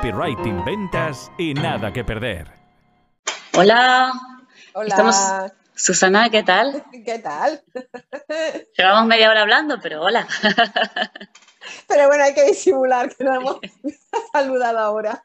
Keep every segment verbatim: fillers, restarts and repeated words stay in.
copywriting, ventas y nada que perder. Hola. Hola. Estamos... Susana, ¿qué tal? ¿Qué tal? Llevamos media hora hablando, pero hola. Pero bueno, hay que disimular que nos hemos saludado ahora.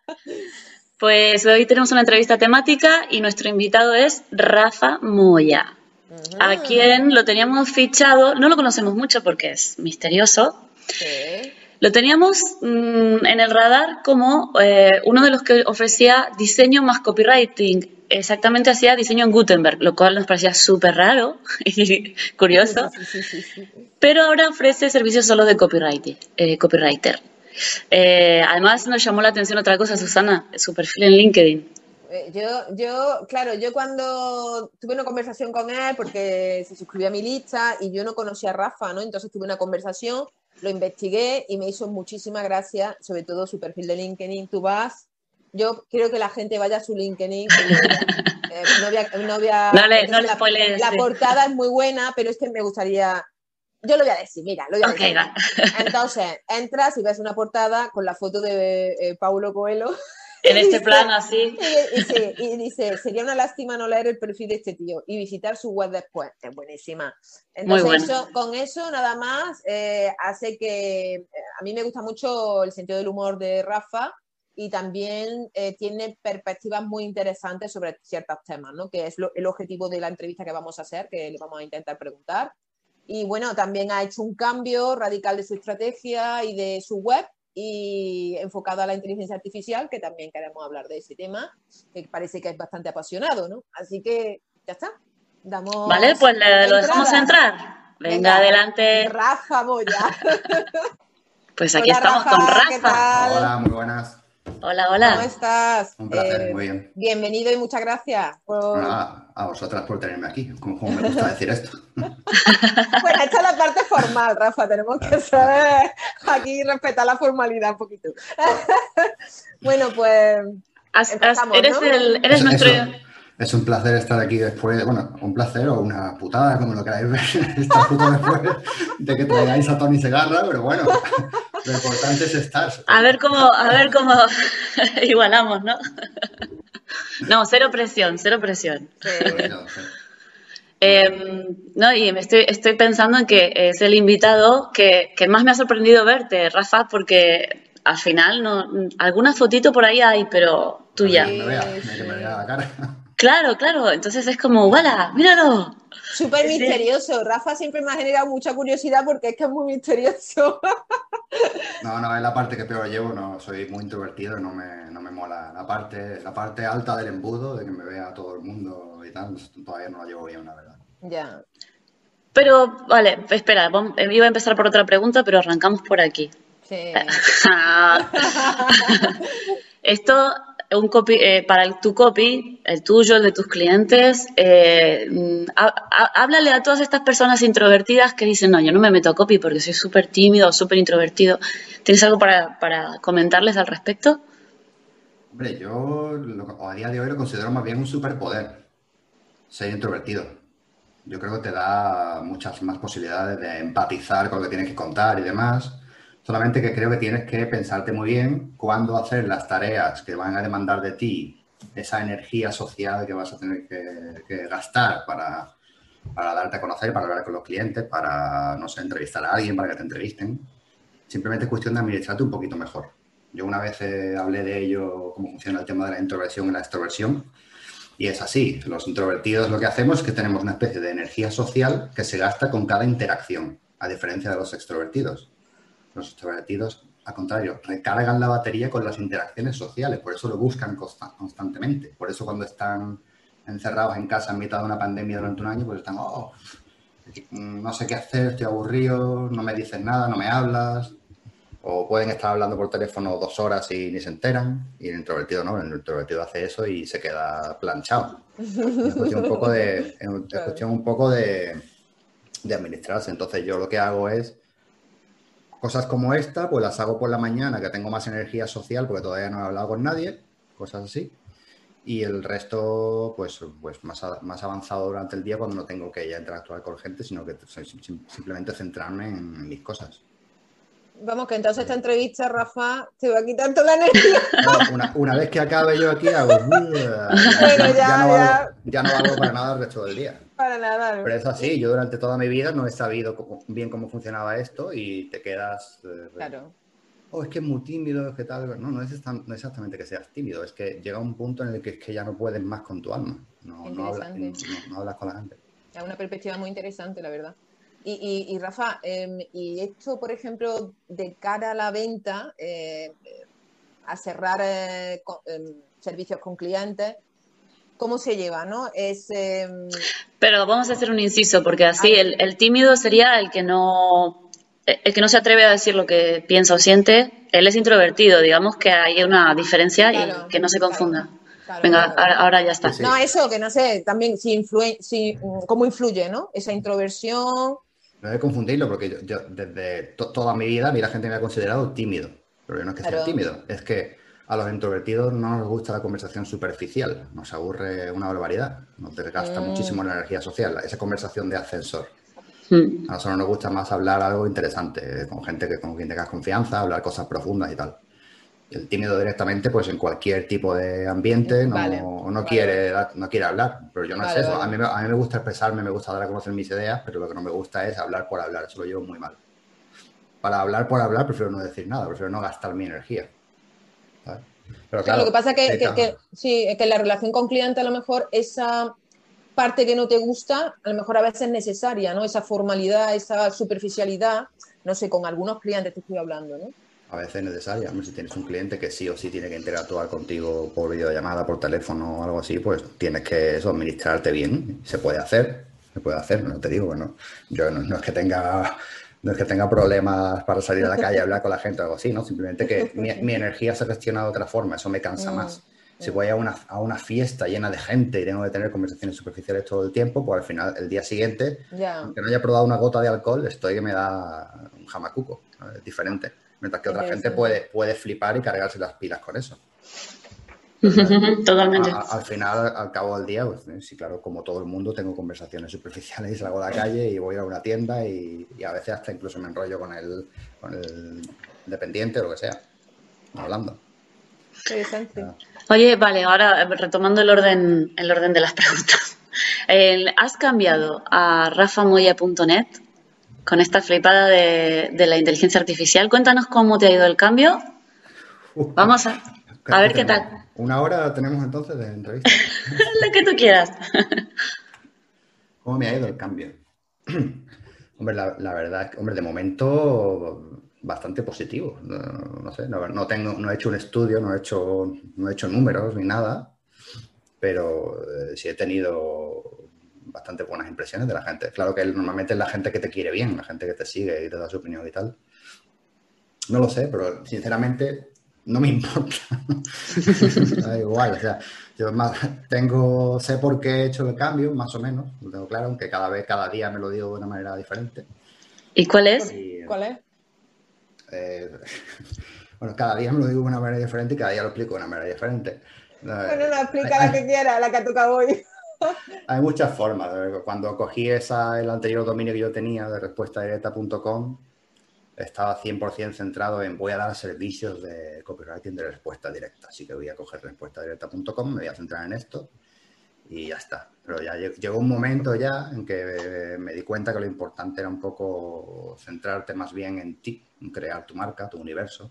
Pues hoy tenemos una entrevista temática y nuestro invitado es Rafa Moya, uh-huh. a quien lo teníamos fichado, no lo conocemos mucho porque es misterioso. Sí. Lo teníamos mmm, en el radar como eh, uno de los que ofrecía diseño más copywriting. Exactamente hacía diseño en Gutenberg, lo cual nos parecía súper raro y curioso. Sí, sí, sí, sí, sí. Pero ahora ofrece servicios solo de copywriting, eh, copywriter. Eh, además nos llamó la atención otra cosa, Susana, su perfil en LinkedIn. Eh, yo, yo, claro, yo cuando tuve una conversación con él, porque se suscribió a mi lista y yo no conocía a Rafa, ¿no? Entonces tuve una conversación, lo investigué y me hizo muchísima gracia, sobre todo su perfil de LinkedIn. Tú vas, yo quiero que la gente vaya a su LinkedIn. eh, no voy a, no voy a, no le, no le la, spoilees, la sí. portada es muy buena, pero es que me gustaría... Yo lo voy a decir, mira, lo voy a okay, decir. Va. Entonces, entras y ves una portada con la foto de eh, Paulo Coelho. En este dice, plano, así. Y, y, sí, y dice, sería una lástima no leer el perfil de este tío y visitar su web después. Es buenísima. Entonces, Muy bueno. eso, con eso nada más eh, hace que... Eh, a mí me gusta mucho el sentido del humor de Rafa y también eh, tiene perspectivas muy interesantes sobre ciertos temas, ¿no? Que es lo, el objetivo de la entrevista que vamos a hacer, que le vamos a intentar preguntar. Y bueno, también ha hecho un cambio radical de su estrategia y de su web y enfocado a la inteligencia artificial, que también queremos hablar de ese tema, que parece que es bastante apasionado, ¿no? Así que ya está. Damos vale, pues le, lo dejamos entrar. Venga, Venga adelante. Rafa Moya. Pues aquí Hola, estamos Rafa, con Rafa. ¿qué tal? Hola, muy buenas. Hola, hola. ¿Cómo estás? Un placer, eh, muy bien. Bienvenido y muchas gracias. Por... A, a vosotras por tenerme aquí, como, como me gusta decir esto. Bueno, esta es la parte formal, Rafa, tenemos que saber aquí respetar la formalidad un poquito. Bueno, pues Has, empezamos, eres ¿no? el, eres es, nuestro... es, un, es un placer estar aquí después, bueno, un placer o una putada, como lo queráis ver, estar justo después de que traigáis a Tony Segarra, pero bueno, lo importante es estar. A ver cómo, a ver cómo igualamos, ¿no? No, cero presión, cero presión. Sí. Presión, sí. Eh, no, y me estoy, estoy pensando en que es el invitado que, que más me ha sorprendido verte, Rafa, porque al final no, alguna fotito por ahí hay, pero tuya. Que me vea, que me vea la cara. Claro, claro, entonces es como, ¡wala! ¡Míralo! Súper misterioso. Rafa siempre me ha generado mucha curiosidad porque es que es muy misterioso. No, no, es la parte que peor llevo, no, soy muy introvertido y no me, no me mola. La parte, la parte alta del embudo, de que me vea todo el mundo y tal, todavía no la llevo bien, la verdad. Ya. Pero, vale, espera, iba a empezar por otra pregunta, pero arrancamos por aquí. Sí. Esto, un copy, eh, para el, tu copy, el tuyo, el de tus clientes, eh, há, há, háblale a todas estas personas introvertidas que dicen, no, yo no me meto a copy porque soy súper tímido o súper introvertido. ¿Tienes algo para, para comentarles al respecto? Hombre, yo lo, a día de hoy lo considero más bien un superpoder, ser introvertido. Yo creo que te da muchas más posibilidades de empatizar con lo que tienes que contar y demás. Solamente que creo que tienes que pensarte muy bien cuándo hacer las tareas que van a demandar de ti esa energía social que vas a tener que, que gastar para, para darte a conocer, para hablar con los clientes, para, no sé, entrevistar a alguien, para que te entrevisten. Simplemente es cuestión de administrarte un poquito mejor. Yo una vez eh, hablé de ello, cómo funciona el tema de la introversión y la extroversión. Y es así, los introvertidos lo que hacemos es que tenemos una especie de energía social que se gasta con cada interacción, a diferencia de los extrovertidos. Los extrovertidos, al contrario, recargan la batería con las interacciones sociales, por eso lo buscan consta- constantemente. Por eso cuando están encerrados en casa en mitad de una pandemia durante un año, pues están, oh, no sé qué hacer, estoy aburrido, no me dices nada, no me hablas. O pueden estar hablando por teléfono dos horas y ni se enteran. Y el introvertido no, el introvertido hace eso y se queda planchado. Es cuestión un poco de, es cuestión un poco de, de administrarse. Entonces yo lo que hago es cosas como esta, pues las hago por la mañana, que tengo más energía social porque todavía no he hablado con nadie, cosas así. Y el resto, pues, pues más, más avanzado durante el día cuando no tengo que ya interactuar con gente, sino que simplemente centrarme en mis cosas. Vamos, que entonces esta entrevista, Rafa, te va a quitar toda la energía. No, una, una vez que acabe yo aquí, hago... Uh, ya, Bueno, ya, ya, no ya. valgo, ya no valgo para nada el resto del día. Para nada. Pero es así, yo durante toda mi vida no he sabido cómo- bien cómo funcionaba esto y te quedas... eh, Claro. Oh, es que es muy tímido, es que tal... No, no es, estam- no es exactamente que seas tímido, es que llega un punto en el que es que ya no puedes más con tu alma. No, no, hablas, no, Interesante. no hablas con la gente. Es una perspectiva muy interesante, la verdad. Y, y- y, Rafa, eh, y esto, por ejemplo, de cara a la venta, eh, a cerrar eh, con- em, servicios con clientes, ¿cómo se lleva, no? Es... em, Pero vamos a hacer un inciso, porque así Ay. el, el tímido sería el que no el que no se atreve a decir lo que piensa o siente. Él es introvertido, digamos que hay una diferencia Claro, y que no se confunda. claro, claro, Venga, claro. ahora, ahora ya está. Sí, sí. No, eso, que no sé, también si influye, si, cómo influye, ¿no? Esa introversión. No hay que confundirlo porque yo, yo desde to- toda mi vida a mí la gente me ha considerado tímido. Pero yo no es que sea Claro. tímido, es que a los introvertidos no nos gusta la conversación superficial, nos aburre una barbaridad, nos desgasta Mm. muchísimo la energía social, esa conversación de ascensor. Mm. A nosotros nos gusta más hablar algo interesante, con gente que con quien tengas confianza, hablar cosas profundas y tal. Y el tímido directamente, pues en cualquier tipo de ambiente no, Vale, no, vale, quiere, no quiere hablar. Pero yo no Vale, es eso. vale. A mí, me- a mí me gusta expresarme, me gusta dar a conocer mis ideas, pero lo que no me gusta es hablar por hablar. Eso lo llevo muy mal. Para hablar por hablar prefiero no decir nada, prefiero no gastar mi energía. ¿Sabes? Pero Claro, lo que pasa es que, eh, que, que- sí, es que en la relación con cliente a lo mejor esa parte que no te gusta, a lo mejor a veces es necesaria, ¿no? Esa formalidad, esa superficialidad, no sé, con algunos clientes te estoy hablando, ¿no? a veces es necesaria. Hombre, si tienes un cliente que sí o sí tiene que interactuar contigo por videollamada, por teléfono o algo así, pues tienes que eso, administrarte bien. Se puede hacer, se puede hacer, no te digo que no. Yo no, no es que tenga, no es que tenga problemas para salir a la calle y hablar con la gente o algo así, ¿no? Simplemente que mi, mi energía se gestiona de otra forma, eso me cansa Mm, más. Si mm. voy a una, a una fiesta llena de gente y tengo que tener conversaciones superficiales todo el tiempo, pues al final, el día siguiente, Ya, aunque no haya probado una gota de alcohol, estoy que me da un jamacuco, ¿sabes? Es diferente. Mientras que otra gente interesante. puede, puede flipar y cargarse las pilas con eso. Pero a- Totalmente. a- al final, al cabo del día, pues eh, sí, claro, como todo el mundo, tengo conversaciones superficiales y salgo a la calle y voy a una tienda y, y a veces hasta incluso me enrollo con el, con el dependiente o lo que sea, hablando. Interesante. Ya. Oye, vale, ahora eh, retomando el orden, el orden de las preguntas. El- ¿has cambiado a rafamoya punto net con esta flipada de, de la inteligencia artificial? Cuéntanos cómo te ha ido el cambio. Vamos a, a ver qué tenemos? tal. Una hora tenemos entonces de entrevista. Lo que tú quieras. ¿Cómo me ha ido el cambio? Hombre, la, la verdad es que, hombre, de momento bastante positivo. No, no sé, no, no tengo, no he hecho un estudio, no he hecho, no he hecho números ni nada, pero eh, sí he tenido bastante buenas impresiones de la gente. Claro que normalmente es la gente que te quiere bien, la gente que te sigue y te da su opinión y tal. No lo sé, pero sinceramente no me importa. Da igual, o sea, yo más tengo, sé por qué he hecho el cambio, más o menos, lo tengo claro, aunque cada vez, cada día me lo digo de una manera diferente. ¿Y cuál es? Y, ¿Cuál es? eh, bueno, cada día me lo digo de una manera diferente y cada día lo explico de una manera diferente. Bueno, no, explica hay, la que quiera, la que ha tocado hoy. hay muchas formas. Cuando cogí esa, el anterior dominio que yo tenía de respuesta directa punto com, estaba cien por ciento centrado en voy a dar servicios de copywriting de respuesta directa. Así que voy a coger respuesta directa punto com, me voy a centrar en esto y ya está. Pero ya llegó un momento ya en que me di cuenta que lo importante era un poco centrarte más bien en ti, en crear tu marca, tu universo.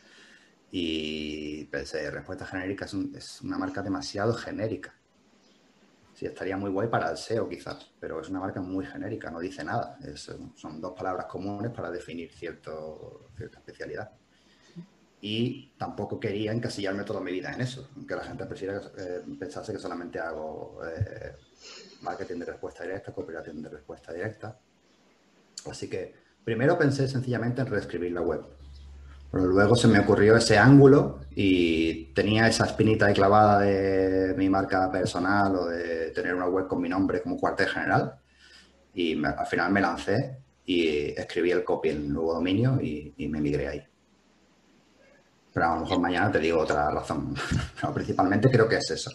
Y pensé, respuesta genérica es, un, es una marca demasiado genérica. Sí, estaría muy guay para el S E O quizás, pero es una marca muy genérica, no dice nada. Es, son dos palabras comunes para definir cierto, cierta especialidad. Y tampoco quería encasillarme toda mi vida en eso, aunque la gente prefiera, eh, pensase que solamente hago eh, marketing de respuesta directa, copywriting de respuesta directa. Así que primero pensé sencillamente en reescribir la web. Pero luego se me ocurrió ese ángulo y tenía esa espinita ahí clavada de mi marca personal o de tener una web con mi nombre como cuartel general. Y me, al final me lancé y escribí el copy en el nuevo dominio y, y me migré ahí. Pero a lo mejor mañana te digo otra razón. Pero principalmente creo que es eso.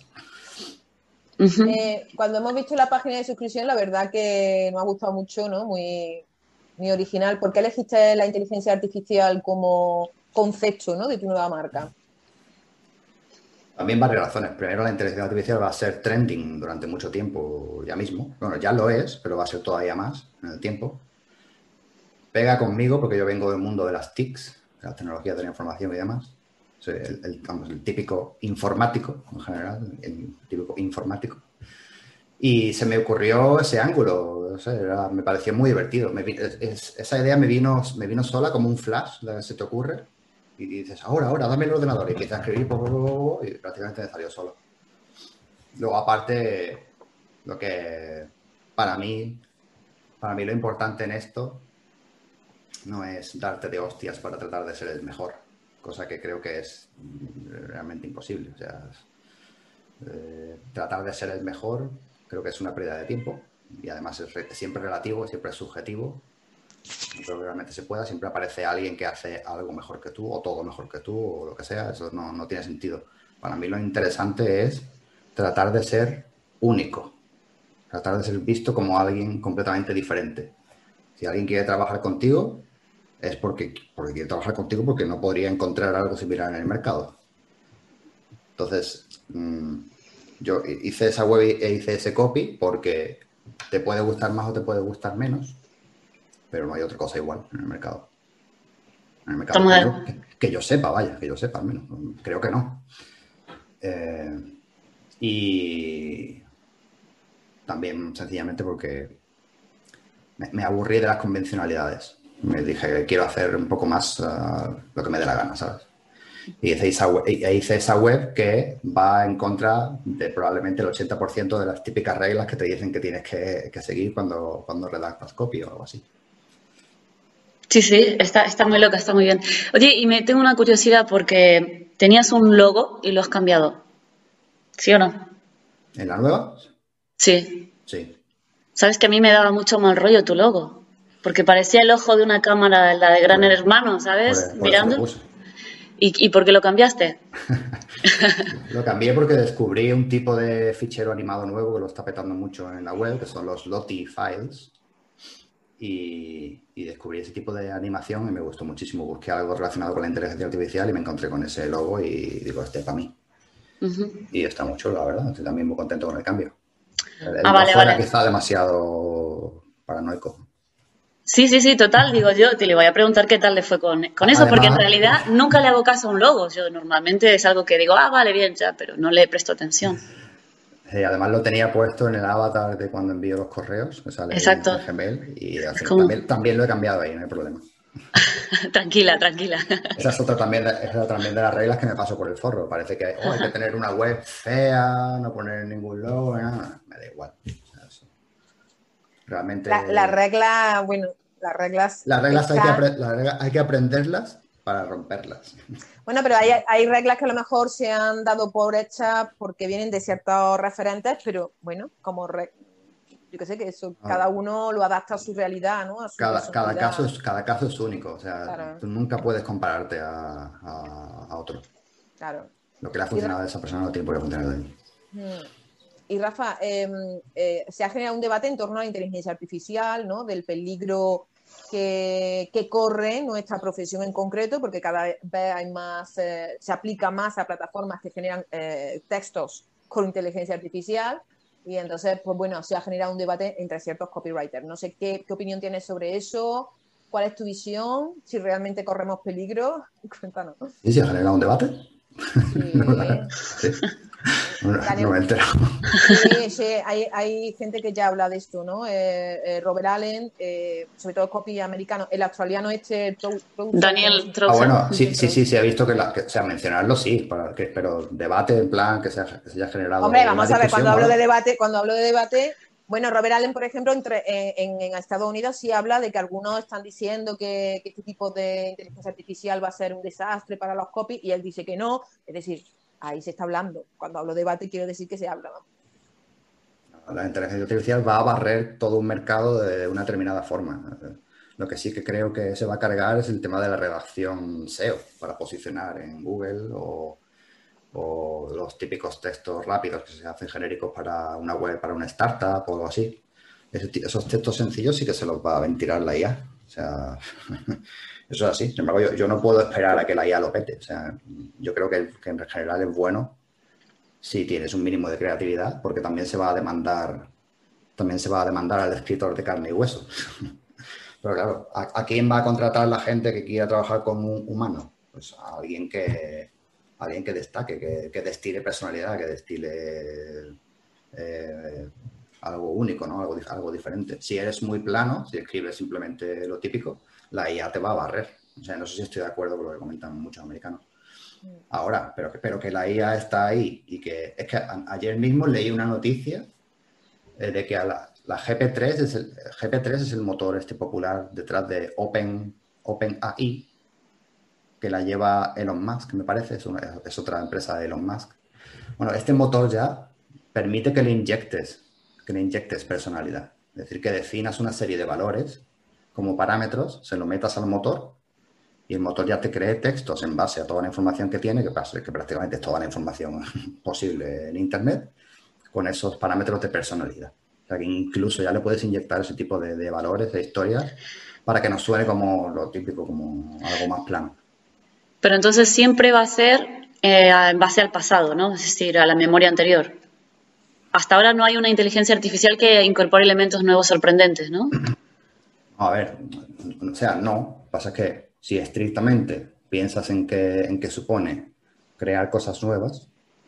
Eh, cuando hemos visto la página de suscripción, la verdad que nos ha gustado mucho, ¿no? Muy, muy original. ¿Por qué elegiste la inteligencia artificial como concepto, ¿no?, de tu nueva marca? También varias razones. Primero, la inteligencia artificial va a ser trending durante mucho tiempo ya mismo. Bueno, ya lo es, pero va a ser todavía más en el tiempo. Pega conmigo porque yo vengo del mundo de las T I Cs, de las tecnologías de la información y demás. Soy el, el, vamos, el típico informático, en general, el típico informático. Y se me ocurrió ese ángulo, no sé, era, me pareció muy divertido. Me, es, es, esa idea me vino, me vino sola como un flash, de, se te ocurre. Y dices, ahora, ahora, dame el ordenador. Y empiezas a escribir y prácticamente me salió solo. Luego, aparte, lo que para mí, para mí lo importante en esto no es darte de hostias para tratar de ser el mejor, cosa que creo que es realmente imposible. O sea, eh, tratar de ser el mejor creo que es una pérdida de tiempo y además es re, siempre relativo, siempre es subjetivo. No creo que realmente se pueda. Siempre aparece alguien que hace algo mejor que tú o todo mejor que tú o lo que sea. Eso no, no tiene sentido. Para mí lo interesante es tratar de ser único. Tratar de ser visto como alguien completamente diferente. Si alguien quiere trabajar contigo, es porque, porque quiere trabajar contigo porque no podría encontrar algo similar en el mercado. Entonces, mmm, yo hice esa web e hice ese copy porque te puede gustar más o te puede gustar menos. Pero no hay otra cosa igual en el mercado. En el mercado que yo, que, que yo sepa, vaya, que yo sepa al menos. Creo que no. Eh, y también sencillamente porque me, me aburrí de las convencionalidades. Me dije, quiero hacer un poco más uh, lo que me dé la gana, ¿sabes? Y hice esa, web, y hice esa web que va en contra de probablemente el ochenta por ciento de las típicas reglas que te dicen que tienes que, que seguir cuando, cuando redactas copy o algo así. Sí, sí, está, está muy loca, está muy bien. Oye, y me tengo una curiosidad porque tenías un logo y lo has cambiado. ¿Sí o no? ¿En la nueva? Sí. Sí. ¿Sabes que a mí me daba mucho mal rollo tu logo? Porque parecía el ojo de una cámara, la de Gran Pues, Hermano, ¿sabes? Por, por Mirando. Eso lo puse. ¿Y, ¿Y por qué lo cambiaste? Lo cambié porque descubrí un tipo de fichero animado nuevo que lo está petando mucho en la web, que son los Lottie Files. Y, y descubrí ese tipo de animación y me gustó muchísimo. Busqué algo relacionado con la inteligencia artificial y me encontré con ese logo y digo, este es para mí. Uh-huh. Y está muy chulo, la verdad. Estoy también muy contento con el cambio. El, el ah, vale, fuera vale. quizá demasiado paranoico. Sí, sí, sí, total. Digo, yo te le voy a preguntar qué tal le fue con, con eso, Además, porque en realidad nunca le hago caso a un logo. Yo normalmente es algo que digo, ah, vale, bien, ya, pero no le presto atención. Eh, además lo tenía puesto en el avatar de cuando envío los correos, que sale Exacto. en Gmail, y al final como... también, también lo he cambiado ahí, no hay problema. tranquila, tranquila. Esa es otra también, de, es otra también de las reglas que me paso por el forro. Parece que oh, hay que tener una web fea, no poner ningún logo, nada. Me da igual. O sea, eso. Realmente... La, la regla, bueno, las reglas... Las reglas, está... hay, que las reglas hay que aprenderlas para romperlas. Bueno, pero hay, hay reglas que a lo mejor se han dado por hechas porque vienen de ciertos referentes, pero bueno, como re, yo que sé, que eso ah. cada uno lo adapta a su realidad, ¿no? A su cada, cada, caso es, cada caso es único, o sea, claro. Tú nunca puedes compararte a, a, a otro. Claro. Lo que le ha funcionado a esa persona no tiene por qué funcionar de mí. Hmm. Y Rafa, eh, eh, se ha generado un debate en torno a la inteligencia artificial, ¿no? Del peligro que, que corre nuestra profesión en concreto, porque cada vez hay más, eh, se aplica más a plataformas que generan eh, textos con inteligencia artificial. Y entonces, pues bueno, se ha generado un debate entre ciertos copywriters. No sé qué, qué opinión tienes sobre eso, cuál es tu visión, si realmente corremos peligro. Cuéntanos. ¿Y si ha generado un debate? Sí. sí. No, no me he enterado. Sí, sí, hay, hay gente que ya habla de esto, ¿no? Eh, eh, Robert Allen, eh, sobre todo copy americano, el australiano este... Trouser, Daniel Trouser. Ah, bueno, sí, sí, sí, se ha visto que, la, que o sea, mencionarlo sí, para que, pero debate en plan que se, ha, que se haya generado... Hombre, vamos a ver, cuando hablo de debate, cuando hablo de debate, bueno, Robert Allen, por ejemplo, entre, en, en Estados Unidos sí habla de que algunos están diciendo que, que este tipo de inteligencia artificial va a ser un desastre para los copy y él dice que no, es decir... Ahí se está hablando. Cuando hablo de debate quiero decir que se habla. La inteligencia artificial va a barrer todo un mercado de una determinada forma. Lo que sí que creo que se va a cargar es el tema de la redacción S E O para posicionar en Google o, o los típicos textos rápidos que se hacen genéricos para una web, para una startup o algo así. Esos textos sencillos sí que se los va a ventilar la I A. O sea, eso es así. Sin embargo, yo, yo no puedo esperar a que la I A lo pete. O sea, yo creo que, que en general es bueno si tienes un mínimo de creatividad, porque también se va a demandar, también se va a demandar al escritor de carne y hueso. Pero claro, ¿a, a quién va a contratar la gente que quiera trabajar con un humano? Pues a alguien que, a alguien que destaque, que, que destile personalidad, que destile eh, algo único, ¿no? Algo, algo diferente. Si eres muy plano, si escribes simplemente lo típico, la I A te va a barrer. O sea, no sé si estoy de acuerdo con lo que comentan muchos americanos. Ahora, pero, pero que la I A está ahí y que... Es que a, ayer mismo leí una noticia eh, de que a la, la G P tres es el, G P tres es el motor este popular detrás de Open, OpenAI, que la lleva Elon Musk, me parece, es, una, es otra empresa de Elon Musk. Bueno, este motor ya permite que le inyectes que le inyectes personalidad. Es decir, que definas una serie de valores como parámetros, se lo metas al motor y el motor ya te cree textos en base a toda la información que tiene, que, pasa, que prácticamente es toda la información posible en Internet, con esos parámetros de personalidad. O sea, que incluso ya le puedes inyectar ese tipo de, de valores, de historias, para que nos suene como lo típico, como algo más plano. Pero entonces siempre va a ser eh, en base al pasado, ¿no? Es decir, a la memoria anterior. Hasta ahora no hay una inteligencia artificial que incorpore elementos nuevos sorprendentes, ¿no? A ver, o sea, no. Pasa que si estrictamente piensas en que, en que supone crear cosas nuevas,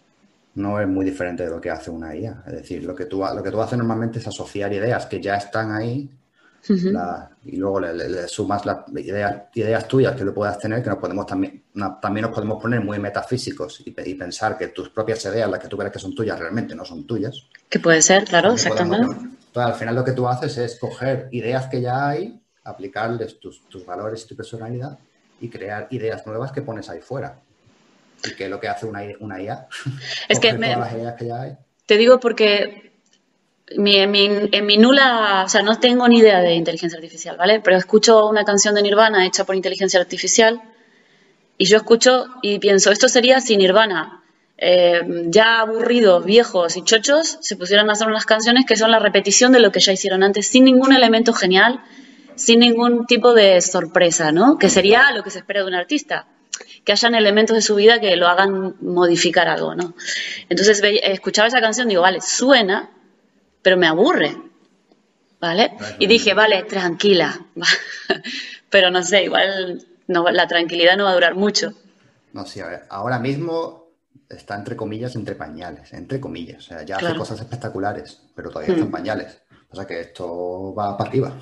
no es muy diferente de lo que hace una I A. Es decir, lo que tú, lo que tú haces normalmente es asociar ideas que ya están ahí uh-huh. la, y luego le, le, le sumas las ideas, ideas tuyas que lo puedas tener, que nos podemos también, una, también nos podemos poner muy metafísicos y, y pensar que tus propias ideas, las que tú crees que son tuyas, realmente no son tuyas. Que puede ser, claro, exactamente. Podemos, entonces, al final lo que tú haces es coger ideas que ya hay, aplicarles tus, tus valores y tu personalidad y crear ideas nuevas que pones ahí fuera. ¿Y qué es lo que hace una, una I A? Es que me, todas las ideas que ya hay. Te digo porque mi, en, mi, en mi nula, o sea, no tengo ni idea de inteligencia artificial, ¿vale? Pero escucho una canción de Nirvana hecha por inteligencia artificial y yo escucho y pienso, esto sería si Nirvana, eh, ya aburridos, viejos y chochos, se pusieran a hacer unas canciones que son la repetición de lo que ya hicieron antes, sin ningún elemento genial, sin ningún tipo de sorpresa, ¿no? Que sería lo que se espera de un artista. Que hayan elementos de su vida que lo hagan modificar algo, ¿no? Entonces escuchaba esa canción y digo, vale, suena, pero me aburre, ¿vale? Y dije, vale, tranquila, pero no sé, igual no, la tranquilidad no va a durar mucho. No, sí, a ver, ahora mismo está entre comillas, entre pañales, entre comillas, o sea, ya claro. hace cosas espectaculares, pero todavía está en pañales, o sea que esto va para arriba.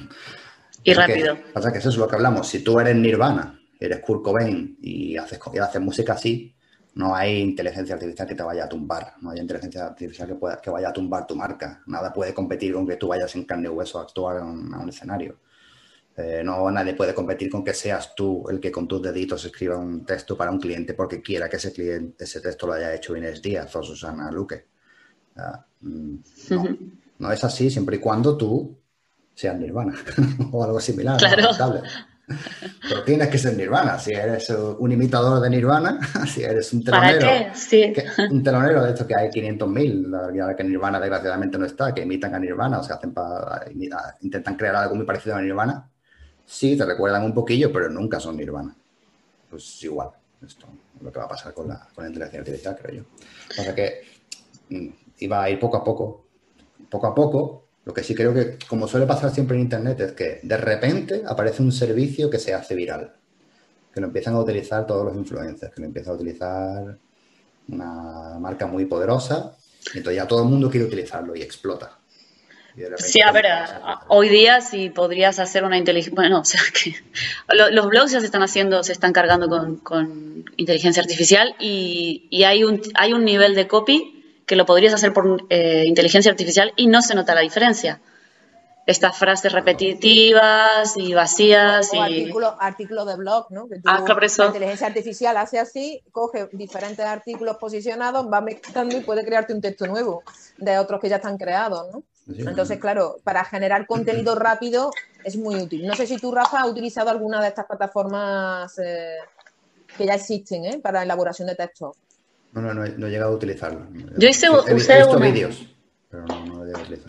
Y rápido. Que, pasa que eso es lo que hablamos, si tú eres Nirvana, eres Kurt Cobain y haces, y haces música así, no hay inteligencia artificial que te vaya a tumbar, no hay inteligencia artificial que, pueda, que vaya a tumbar tu marca. Nada puede competir con que tú vayas en carne y hueso a actuar a un, a un escenario. Eh, no, nadie puede competir con que seas tú el que con tus deditos escriba un texto para un cliente porque quiera que ese cliente, ese texto lo haya hecho Inés Díaz o Susana Luque. Uh, no, uh-huh. no es así siempre y cuando tú seas Nirvana o algo similar. Claro. ¿No? Pero tienes que ser Nirvana. Si eres un imitador de Nirvana, si eres un telonero, ¿Para qué? Sí. que, un telonero de estos que hay quinientos mil, la verdad que Nirvana desgraciadamente no está, que imitan a Nirvana, o sea, hacen para, intentan crear algo muy parecido a Nirvana. Sí, te recuerdan un poquillo, pero nunca son Nirvana. Pues igual, esto es lo que va a pasar con la, con la inteligencia artificial, creo yo. O sea que iba a ir poco a poco, poco a poco. Lo que sí creo que, como suele pasar siempre en Internet, es que de repente aparece un servicio que se hace viral, que lo empiezan a utilizar todos los influencers, que lo empieza a utilizar una marca muy poderosa, y entonces ya todo el mundo quiere utilizarlo y explota. Y sí, a ver, a, hoy día sí podrías hacer una inteligencia... Bueno, o sea que lo, los blogs ya se están haciendo, se están cargando con, con inteligencia artificial y, y hay, un, hay un nivel de copy que lo podrías hacer por eh, inteligencia artificial y no se nota la diferencia. Estas frases repetitivas y vacías o, y... O artículos artículo de blog, ¿no? Que tú, ah, por eso. La inteligencia artificial hace así, coge diferentes artículos posicionados, va mezclando y puede crearte un texto nuevo de otros que ya están creados, ¿no? Sí. Entonces, claro, para generar contenido rápido es muy útil. No sé si tú, Rafa, has utilizado alguna de estas plataformas eh, que ya existen, ¿eh? Para elaboración de textos. No, no, no he, no he llegado a utilizarlo. Yo hice, he, usé he visto una. vídeos, pero no, no he llegado a utilizar.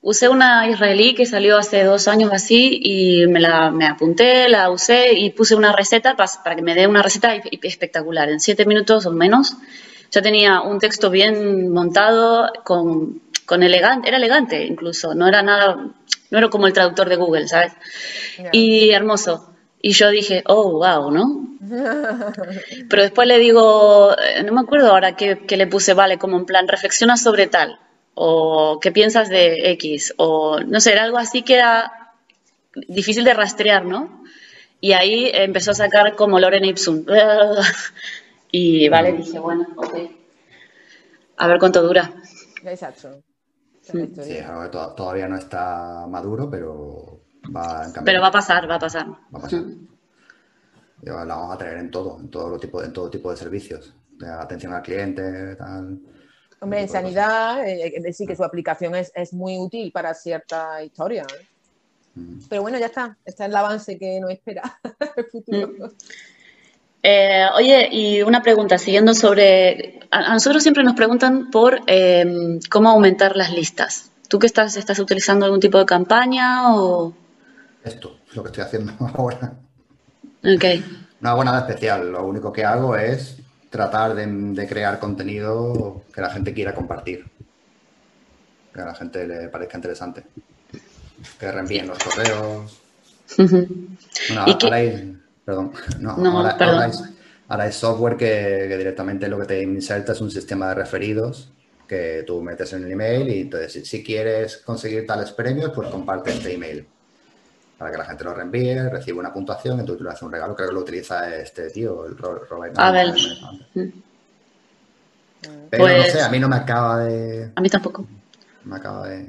Usé una israelí que salió hace dos años así y me la me apunté, la usé y puse una receta pa- para que me dé una receta y- y espectacular. En siete minutos o menos ya tenía un texto bien montado, con, con elegante, era elegante incluso, no era nada, no era como el traductor de Google, ¿sabes? Ya. Y hermoso. Y yo dije, oh, wow, ¿no? Pero después le digo, eh, no me acuerdo ahora qué, qué le puse, vale, como en plan, reflexiona sobre tal, o qué piensas de X, o no sé, era algo así que era difícil de rastrear, ¿no? Y ahí empezó a sacar como Loren Ipsum. Y vale, Mm. dije, bueno, ok, a ver cuánto dura. Exacto. Esa es la Sí, es historia. algo que to- todavía no está maduro, pero va en Pero va camino. a pasar, va a pasar. Va a pasar. Y la vamos a tener en todo, en todo tipo, en todo tipo de servicios, de atención al cliente, tal, ese Hombre, en tipo de cosas. sanidad, eh, es decir, que su aplicación es, es muy útil para cierta historia, ¿eh? Pero bueno, ya está. Está el avance que nos espera el futuro. Mm. Eh, oye, y una pregunta, siguiendo sobre, a, a nosotros siempre nos preguntan por eh, cómo aumentar las listas. ¿Tú qué estás, estás utilizando algún tipo de campaña o...? Esto es lo que estoy haciendo ahora. Ok, No hago nada especial, lo único que hago es tratar de, de crear contenido que la gente quiera compartir, que a la gente le parezca interesante, que reenvíen los correos. Bueno, ¿y ahora qué? hay, perdón, no, ahora, No, ahora, perdón. es, ahora hay software que, que directamente lo que te inserta es un sistema de referidos que tú metes en el email y entonces si, si quieres conseguir tales premios, pues comparte este email para que la gente lo reenvíe, recibe una puntuación y tú, tú le haces un regalo. Creo que lo utiliza este tío, el Ro- Robert A Nunn, ver, el manejante. Mm. Pero no sé, a pues mí no me acaba de... a mí tampoco. Me acaba de...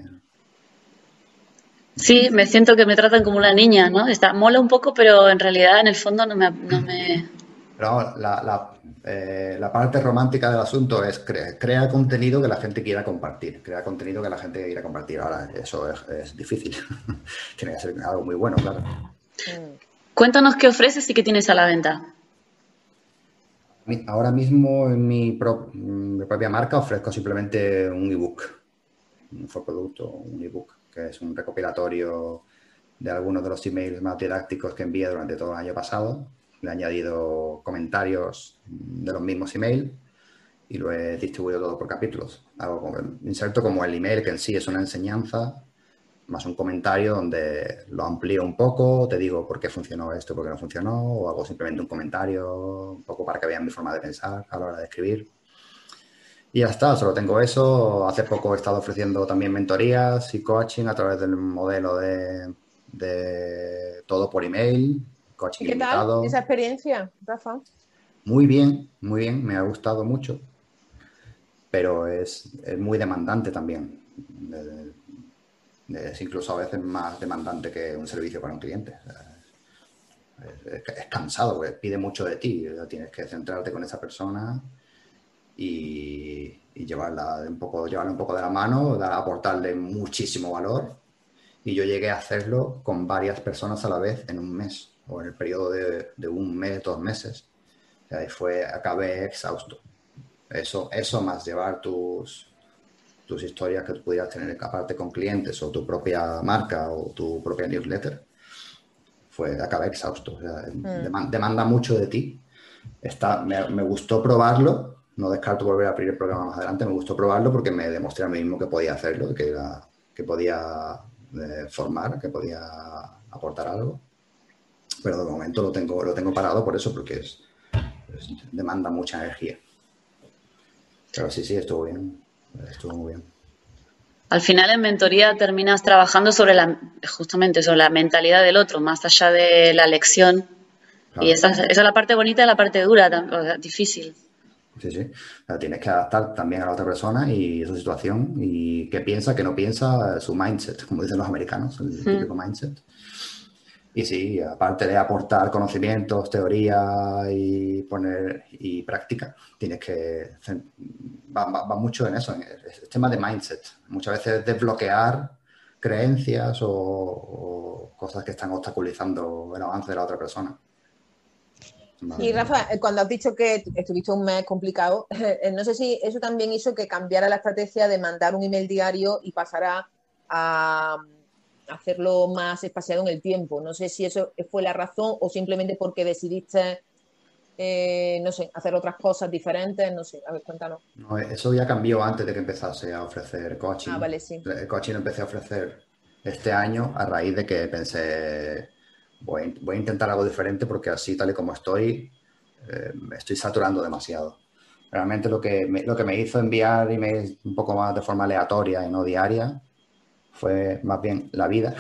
Sí, me siento que me tratan como una niña, ¿no? Está, mola un poco, pero en realidad en el fondo no me... No me... Pero vamos, la, la, eh, la parte romántica del asunto es cre- crea contenido que la gente quiera compartir. Crea contenido que la gente quiera compartir. Ahora, eso es, es difícil. Tiene que ser algo muy bueno, claro. Mm. Cuéntanos qué ofreces y qué tienes a la venta. Mi- Ahora mismo en mi, pro- mi propia marca ofrezco simplemente un ebook, un infoproducto, un ebook, que es un recopilatorio de algunos de los emails más didácticos que envié durante todo el año pasado. Le he añadido comentarios de los mismos emails y lo he distribuido todo por capítulos. Hago como, inserto como el email que en sí es una enseñanza, más un comentario donde lo amplío un poco, te digo por qué funcionó esto, por qué no funcionó, o hago simplemente un comentario, un poco para que vean mi forma de pensar a la hora de escribir. Y ya está, solo tengo eso. Hace poco he estado ofreciendo también mentorías y coaching a través del modelo de, de todo por email, ¿Y coaching qué tal esa ilimitado. experiencia, Rafa? Muy bien, muy bien, me ha gustado mucho, pero es, es muy demandante también. Eh, Es incluso a veces más demandante que un servicio para un cliente. Es, es cansado, pues, pide mucho de ti. Tienes que centrarte con esa persona y, y llevarla, un poco, llevarla un poco de la mano, dar, aportarle muchísimo valor. Y yo llegué a hacerlo con varias personas a la vez en un mes o en el periodo de, de un mes, dos meses. O sea, fue, acabé exhausto. Eso, eso más llevar tus, tus historias que tú pudieras tener aparte con clientes o tu propia marca o tu propia newsletter, fue, acabé exhausto. O sea, Mm. demanda mucho de ti. Está, me, me gustó probarlo, no descarto volver a abrir el programa más adelante, me gustó probarlo porque me demostré a mí mismo que podía hacerlo, que, era, que podía eh, formar, que podía aportar algo. Pero de momento lo tengo, lo tengo parado por eso, porque es, es, demanda mucha energía. Pero sí, sí, estuvo bien. Estuvo muy bien. Al final en mentoría terminas trabajando sobre la, justamente sobre la mentalidad del otro, más allá de la lección. Y Claro. esa, esa es la parte bonita y la parte dura, o sea, difícil. Sí, sí. O sea, tienes que adaptar también a la otra persona y su situación y qué piensa, qué no piensa, su mindset, como dicen los americanos, el típico mindset. Y sí, aparte de aportar conocimientos, teoría y poner y práctica, tienes que va, va, va mucho en eso, en el tema de mindset. Muchas veces desbloquear creencias o, o cosas que están obstaculizando el avance de la otra persona. Y Rafa, eh, cuando has dicho que estuviste un mes complicado, eh, no sé si eso también hizo que cambiara la estrategia de mandar un email diario y pasara a hacerlo más espaciado en el tiempo. No sé si eso fue la razón o simplemente porque decidiste, eh, no sé, hacer otras cosas diferentes. No sé, a ver, cuéntanos. No, eso ya cambió antes de que empezase a ofrecer Ah, coaching. vale, sí. El coaching lo empecé a ofrecer este año a raíz de que pensé, voy a, voy a intentar algo diferente porque así, tal y como estoy, eh, me estoy saturando demasiado. Realmente lo que, me, lo que me hizo enviar emails un poco más de forma aleatoria y no diaria fue más bien la vida,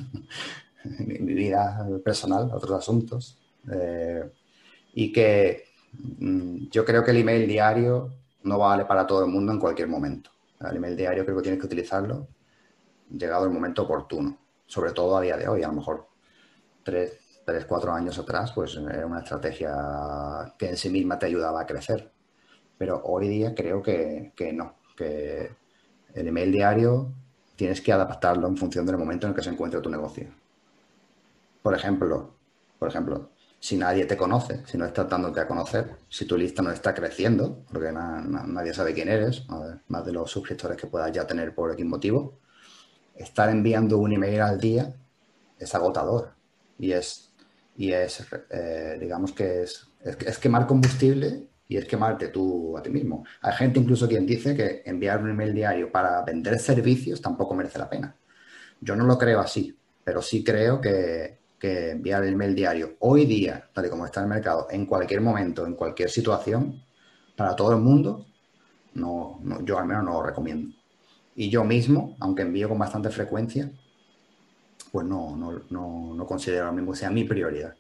mi, mi vida personal, otros asuntos. Eh, y que mm, yo creo que el email diario no vale para todo el mundo en cualquier momento. El email diario creo que tienes que utilizarlo llegado el momento oportuno, sobre todo a día de hoy. A lo mejor tres, tres, cuatro años atrás, pues era una estrategia que en sí misma te ayudaba a crecer. Pero hoy día creo que, que no, que el email diario tienes que adaptarlo en función del momento en el que se encuentre tu negocio. Por ejemplo, por ejemplo, si nadie te conoce, si no estás dándote a conocer, si tu lista no está creciendo, porque na- na- nadie sabe quién eres, más de los suscriptores que puedas ya tener por X motivo, estar enviando un email al día es agotador y es, y es eh, digamos que es, es, es quemar combustible y es quemarte tú a ti mismo. Hay gente incluso quien dice que enviar un email diario para vender servicios tampoco merece la pena. Yo no lo creo así, pero sí creo que, que enviar el email diario hoy día, tal y como está el mercado, en cualquier momento, en cualquier situación, para todo el mundo, no, no, yo al menos no lo recomiendo. Y yo mismo, aunque envío con bastante frecuencia, pues no, no, no, no considero ahora mismo que sea mi prioridad.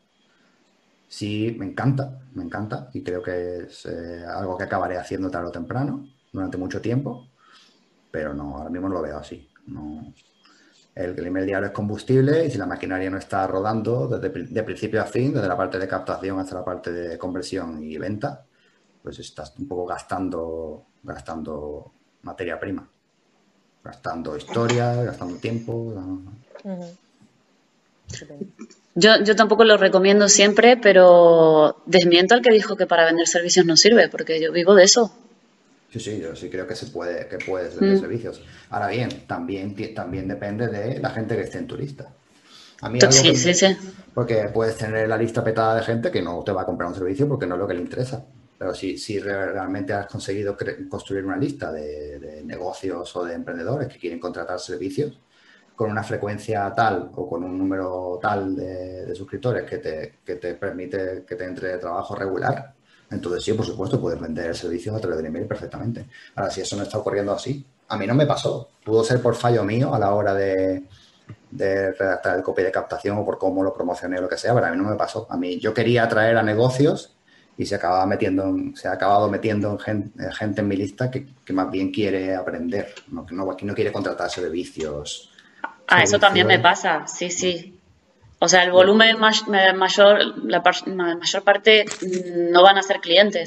Sí, me encanta, me encanta y creo que es eh, algo que acabaré haciendo tarde o temprano, durante mucho tiempo, pero no, ahora mismo no lo veo así. No, el, el email diario es combustible y si la maquinaria no está rodando desde de principio a fin, desde la parte de captación hasta la parte de conversión y venta, pues estás un poco gastando, gastando materia prima, gastando historia, gastando tiempo. Uh-huh. Estupendo. Yo, yo tampoco lo recomiendo siempre, pero desmiento al que dijo que para vender servicios no sirve, porque yo vivo de eso. Sí, sí, yo sí creo que se puede, que puedes vender Mm. servicios. Ahora bien, también, también depende de la gente que esté en tu lista. A mí algo Sí, que... sí, sí. Porque puedes tener la lista petada de gente que no te va a comprar un servicio porque no es lo que le interesa. Pero si, si realmente has conseguido construir una lista de, de negocios o de emprendedores que quieren contratar servicios con una frecuencia tal o con un número tal de, de suscriptores que te, que te permite que te entre trabajo regular, entonces sí, por supuesto, puedes vender servicios a través del email perfectamente. Ahora, si eso no está ocurriendo así, a mí no me pasó. Pudo ser por fallo mío a la hora de, de redactar el copy de captación o por cómo lo promocioné o lo que sea, pero a mí no me pasó. A mí yo quería atraer a negocios y se acababa metiendo en, se ha acabado metiendo en gente, gente en mi lista que, que más bien quiere aprender, no, que, no, que no quiere contratar servicios. Ah, eso también me servicios. pasa, sí, sí. O sea, el volumen ma- mayor, la par- ma- mayor parte mm, no van a ser clientes,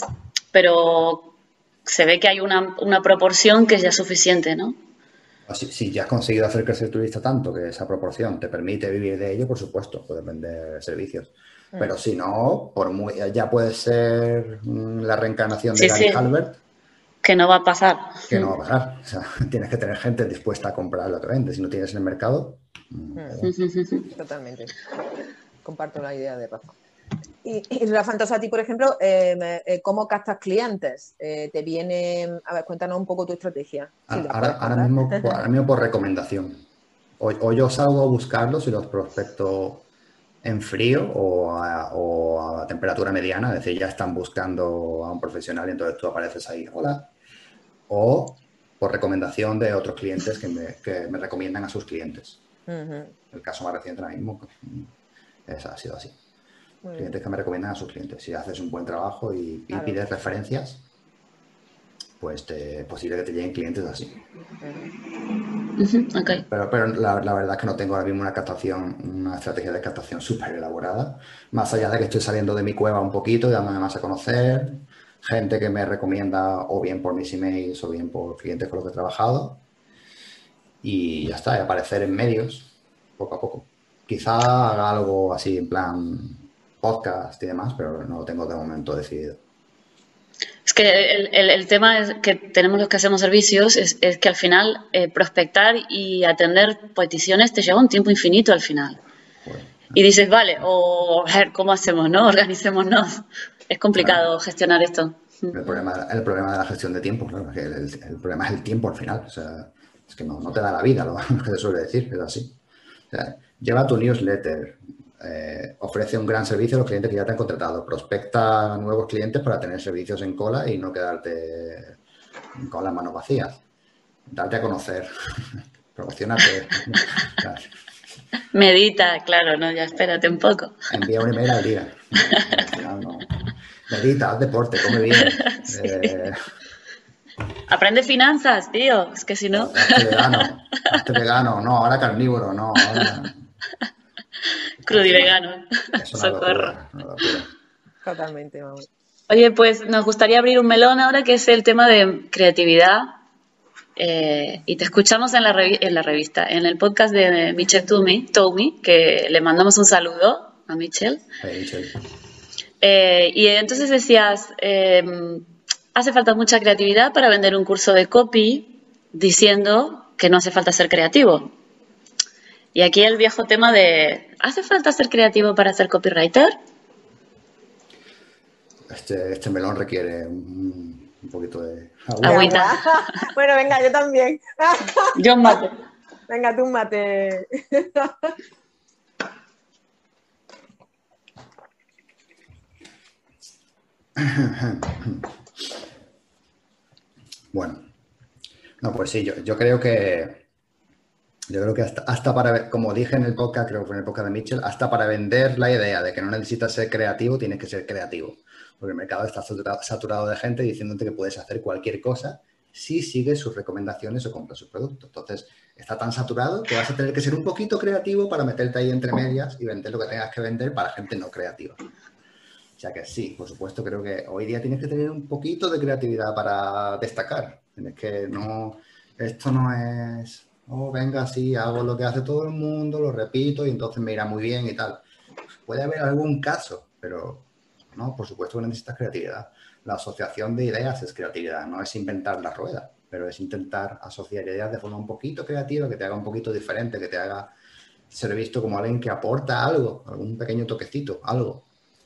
pero se ve que hay una, una proporción que ya es suficiente, ¿no? Si, si ya has conseguido hacer crecer tu lista tanto que esa proporción te permite vivir de ello, por supuesto, puedes vender servicios. Pero si no, por muy, ya puede ser mm, la reencarnación de Sí, Gary sí, Halbert, que no va a pasar. que no va a pasar. O sea, tienes que tener gente dispuesta a comprar lo que vendes. Si no tienes en el mercado, mm, da igual. Totalmente. Comparto la idea de Rafa. Y, y Rafa, entonces a ti, por ejemplo, eh, eh, ¿cómo captas clientes? Eh, ¿Te viene? A ver, cuéntanos un poco tu estrategia, si la Ahora, puedes ahora, contar. mismo, ahora mismo por recomendación. O, o yo salgo a buscarlos y los prospecto en frío o a, o a temperatura mediana, es decir, ya están buscando a un profesional y entonces tú apareces ahí, hola. O por recomendación de otros clientes que me, que me recomiendan a sus clientes. Uh-huh. El caso más reciente ahora mismo es, ha sido así. Muy bien. Clientes que me recomiendan a sus clientes. Si haces un buen trabajo y, y Claro. pides referencias, pues te, es posible que te lleguen clientes así. Ujú, ok. Pero, pero la, la verdad es que no tengo ahora mismo una captación, una estrategia de captación súper elaborada. Más allá de que estoy saliendo de mi cueva un poquito, dándome más a conocer, gente que me recomienda o bien por mis emails o bien por clientes con los que he trabajado. Y ya está, y aparecer en medios poco a poco. Quizá haga algo así en plan podcast y demás, pero no lo tengo de momento decidido. Es que el, el, el tema es que tenemos los que hacemos servicios es, es que al final eh, prospectar y atender peticiones te lleva un tiempo infinito al final. Y dices, vale, o a ver, ¿cómo hacemos, no? Organicémonos. Es complicado claro. gestionar esto. El problema, el problema de la gestión de tiempo, claro, que el, el, el problema es el tiempo al final. O sea, es que no, no te da la vida, lo que se suele decir, es así. O sea, lleva tu newsletter, eh, ofrece un gran servicio a los clientes que ya te han contratado, prospecta nuevos clientes para tener servicios en cola y no quedarte con las manos vacías. Darte a conocer, promocionate. Claro. Medita, claro, no, ya espérate un poco. Envía un email al día. Al final, no. Medita, haz deporte, come bien. Sí. Eh... Aprende finanzas, tío. Es que si no... Hazte vegano, hazte vegano. No, ahora carnívoro, no. Ahora... Crudivegano. Es una locura, una locura. Totalmente, vamos. Oye, pues nos gustaría abrir un melón ahora, que es el tema de creatividad. Eh, y te escuchamos en la, revi en la revista, en el podcast de Michel Toumi, Toumi, que le mandamos un saludo a Michel. Hey, Michel. Eh, y entonces decías, eh, hace falta mucha creatividad para vender un curso de copy, diciendo que no hace falta ser creativo. Y aquí el viejo tema de, ¿hace falta ser creativo para ser copywriter? Este, este melón requiere un, un poquito de agua. Agüita. Bueno, venga, yo también. Yo un mate. Venga, tú un mate. Bueno, no, pues sí, yo, yo creo que yo creo que hasta, hasta para, como dije en el podcast, creo que fue en el podcast de Mitchell, hasta para vender la idea de que no necesitas ser creativo, tienes que ser creativo. Porque el mercado está saturado, saturado de gente diciéndote que puedes hacer cualquier cosa si sigues sus recomendaciones o compras sus productos. Entonces, está tan saturado que vas a tener que ser un poquito creativo para meterte ahí entre medias y vender lo que tengas que vender para gente no creativa. O sea que sí, por supuesto, creo que hoy día tienes que tener un poquito de creatividad para destacar. Tienes que no, esto no es, oh, venga, sí, hago lo que hace todo el mundo, lo repito y entonces me irá muy bien y tal. Puede haber algún caso, pero no, por supuesto que necesitas creatividad. La asociación de ideas es creatividad, no es inventar la rueda, pero es intentar asociar ideas de forma un poquito creativa, que te haga un poquito diferente, que te haga ser visto como alguien que aporta algo, algún pequeño toquecito, algo.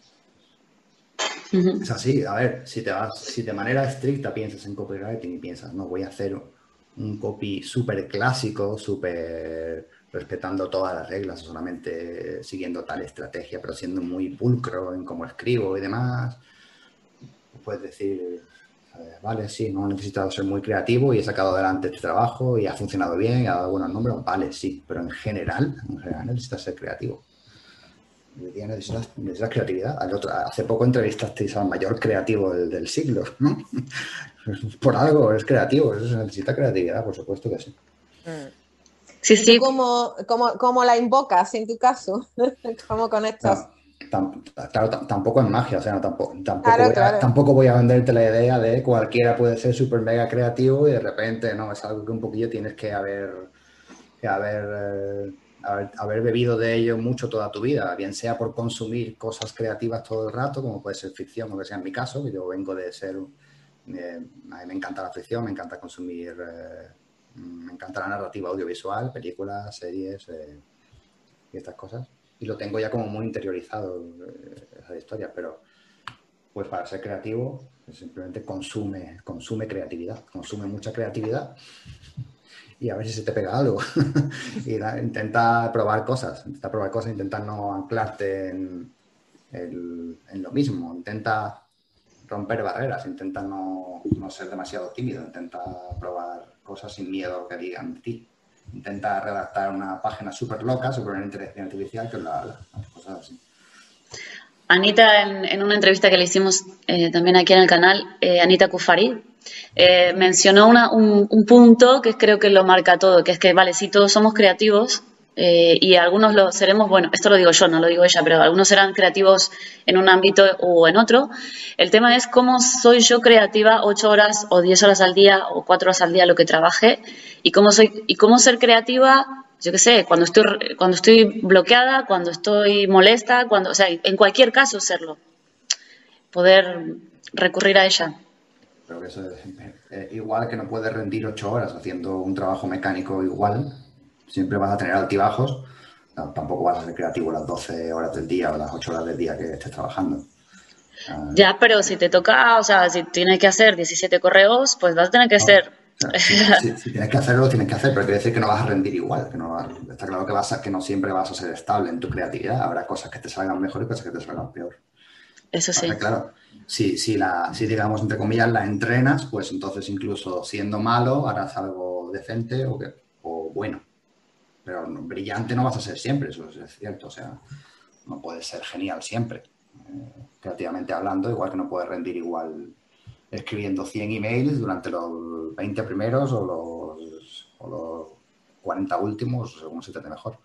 Uh-huh. Es así, a ver, si te vas, si de manera estricta piensas en copywriting y piensas, no, voy a hacer un copy súper clásico, súper respetando todas las reglas, solamente siguiendo tal estrategia, pero siendo muy pulcro en cómo escribo y demás, puedes decir, vale, sí, no he necesitado ser muy creativo y he sacado adelante este trabajo y ha funcionado bien, ha dado buenos números, vale, sí, pero en general, en general necesitas ser creativo. Hoy día necesitas, necesitas creatividad. Al otro, hace poco entrevistasteis al mayor creativo del, del siglo, ¿no? Por algo es creativo, eso se necesita creatividad, por supuesto que sí. Sí, sí. ¿Cómo, cómo, cómo la invocas en tu caso? ¿Cómo conectas? No, claro, tampoco es magia, o sea, no, tampoco, tampoco, claro, voy a, claro. tampoco voy a venderte la idea de cualquiera puede ser súper mega creativo y de repente, no, es algo que un poquillo tienes que haber, que haber, eh, haber, haber bebido de ello mucho toda tu vida, bien sea por consumir cosas creativas todo el rato, como puede ser ficción, o que sea en mi caso, que yo vengo de ser, eh, a mí me encanta la ficción, me encanta consumir, eh, me encanta la narrativa audiovisual, películas, series eh, y estas cosas. Y lo tengo ya como muy interiorizado, eh, esa historia, pero pues para ser creativo simplemente consume, consume creatividad, consume mucha creatividad y a ver si se te pega algo. Y da, intenta probar cosas, intenta probar cosas, intenta no anclarte en, el, en lo mismo, intenta romper barreras, intenta no, no ser demasiado tímido, intenta probar cosas sin miedo a lo que digan de ti. Intenta redactar una página súper loca sobre una inteligencia artificial que la habla, cosas así. Anita, en, en una entrevista que le hicimos eh, también aquí en el canal, eh, Anita Kufari, eh, mencionó una, un, un punto que creo que lo marca todo, que es que, vale, sí, todos somos creativos eh, y algunos lo seremos, bueno, esto lo digo yo, no lo digo ella, pero algunos serán creativos en un ámbito o en otro. El tema es cómo soy yo creativa ocho horas o diez horas al día o cuatro horas al día, lo que trabaje, y cómo soy y cómo ser creativa, yo qué sé, cuando estoy cuando estoy bloqueada, cuando estoy molesta, cuando, o sea, en cualquier caso serlo, poder recurrir a ella. Creo que eso es eh, igual que no puedes rendir ocho horas haciendo un trabajo mecánico igual, siempre vas a tener altibajos, no, tampoco vas a ser creativo las doce horas del día o las ocho horas del día que estés trabajando. Uh, Ya, pero si te toca, o sea, si tienes que hacer diecisiete correos, pues vas a tener que no, ser... o sea, si, si, si tienes que hacerlo, lo tienes que hacer, pero quiere decir que no vas a rendir igual, que no vas, está claro que, vas a, que no siempre vas a ser estable en tu creatividad, habrá cosas que te salgan mejor y cosas que te salgan peor. Eso sí. Vale, claro, si, si, la, si digamos, entre comillas, la entrenas, pues entonces incluso siendo malo harás algo decente o, que, o bueno. Pero no, brillante no vas a ser siempre, eso es cierto. O sea, no puedes ser genial siempre. Eh, creativamente hablando, igual que no puedes rendir igual escribiendo cien emails durante los veinte primeros o los, o los cuarenta últimos, según se te dé mejor.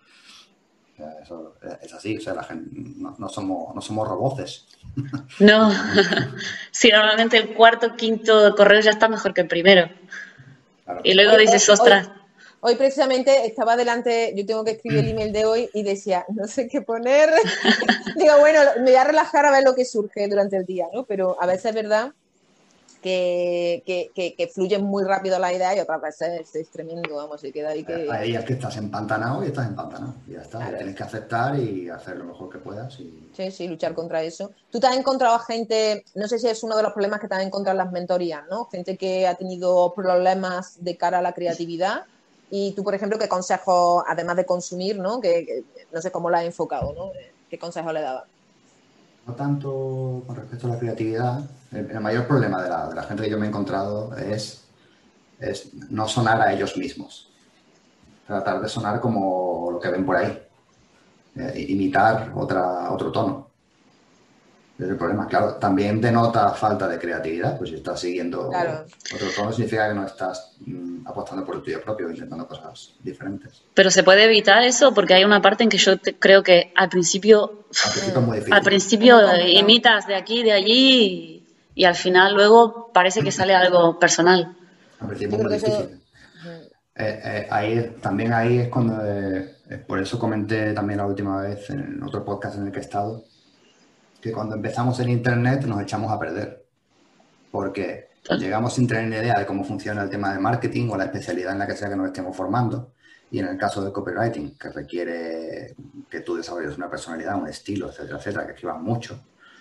Eso es así, o sea, la gente, no, no somos, no somos roboces. No, sí, normalmente el cuarto, quinto correo ya está mejor que el primero. Claro. Y luego Hoy, dices, hoy, ostras. hoy precisamente estaba delante, yo tengo que escribir el email de hoy y decía, no sé qué poner. Digo, bueno, me voy a relajar a ver lo que surge durante el día, ¿no? Pero a veces es verdad que, que, que, que fluye muy rápido la idea y otras veces es tremendo, vamos, se queda ahí que... Hay días que estás empantanado y estás empantanado. Y ya está, Claro. ya tienes que aceptar y hacer lo mejor que puedas. Y... Sí, sí, luchar contra eso. Tú te has encontrado a gente, no sé si es uno de los problemas que te has encontrado en las mentorías, ¿no? Gente que ha tenido problemas de cara a la creatividad y tú, por ejemplo, ¿qué consejo, además de consumir, ¿no? Que, que no sé cómo lo has enfocado, ¿no? ¿Qué consejo le dabas? No tanto con respecto a la creatividad, el, el mayor problema de la, de la gente que yo me he encontrado es, es no sonar a ellos mismos. Tratar de sonar como lo que ven por ahí. Eh, imitar otra, otro tono. Es el problema. Claro, también denota falta de creatividad, pues si estás siguiendo Claro. otro tono significa que no estás mm, apostando por el tuyo propio, intentando cosas diferentes. Pero se puede evitar eso porque hay una parte en que yo te- creo que al principio, Al principio es muy difícil. al principio Es muy complicado. imitas de aquí, de allí y, y al final luego parece que sale algo personal. Al principio Yo es muy creo que eso... difícil. Eh, eh, ahí, también ahí es cuando, eh, eh, por eso comenté también la última vez en otro podcast en el que he estado, que cuando empezamos en Internet nos echamos a perder, porque llegamos sin tener ni idea de cómo funciona el tema de marketing o la especialidad en la que sea que nos estemos formando, y en el caso del copywriting, que requiere que tú desarrolles una personalidad, un estilo, etcétera, etcétera, que escribas mucho,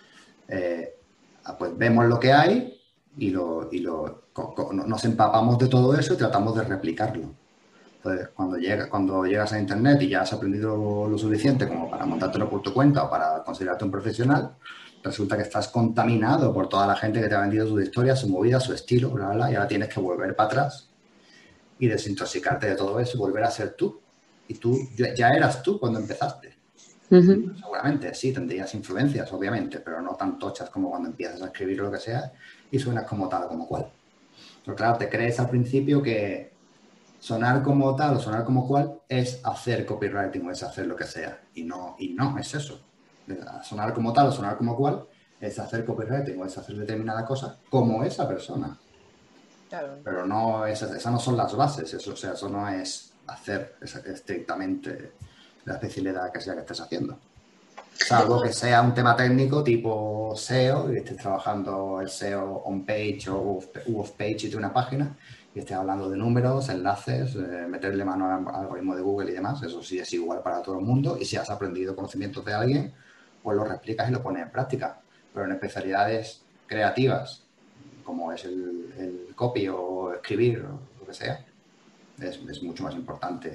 eh, pues vemos lo que hay y, lo, y lo, nos empapamos de todo eso y tratamos de replicarlo. Entonces, cuando, llega, cuando llegas a Internet y ya has aprendido lo suficiente como para montártelo por tu cuenta o para considerarte un profesional, resulta que estás contaminado por toda la gente que te ha vendido su historia, su movida, su estilo, bla, bla, bla, y ahora tienes que volver para atrás y desintoxicarte de todo eso y volver a ser tú. Y tú ya eras tú cuando empezaste. Uh-huh. Seguramente, sí, tendrías influencias, obviamente, pero no tan tochas como cuando empiezas a escribir o lo que sea y suenas como tal o como cual. Pero claro, te crees al principio que sonar como tal o sonar como cual es hacer copywriting o es hacer lo que sea. Y no, y no es eso. Sonar como tal o sonar como cual es hacer copywriting o es hacer determinada cosa como esa persona. Claro. Pero no, esas, esas no son las bases. Eso, o sea, eso no es hacer estrictamente la especialidad que sea que estés haciendo. Salvo que sea un tema técnico tipo S E O y estés trabajando el S E O on-page o off-page de una página y estés hablando de números, enlaces, eh, meterle mano al algoritmo de Google y demás. Eso sí es igual para todo el mundo y si has aprendido conocimientos de alguien, pues lo replicas y lo pones en práctica. Pero en especialidades creativas, como es el, el copy o escribir o lo que sea, es, es mucho más importante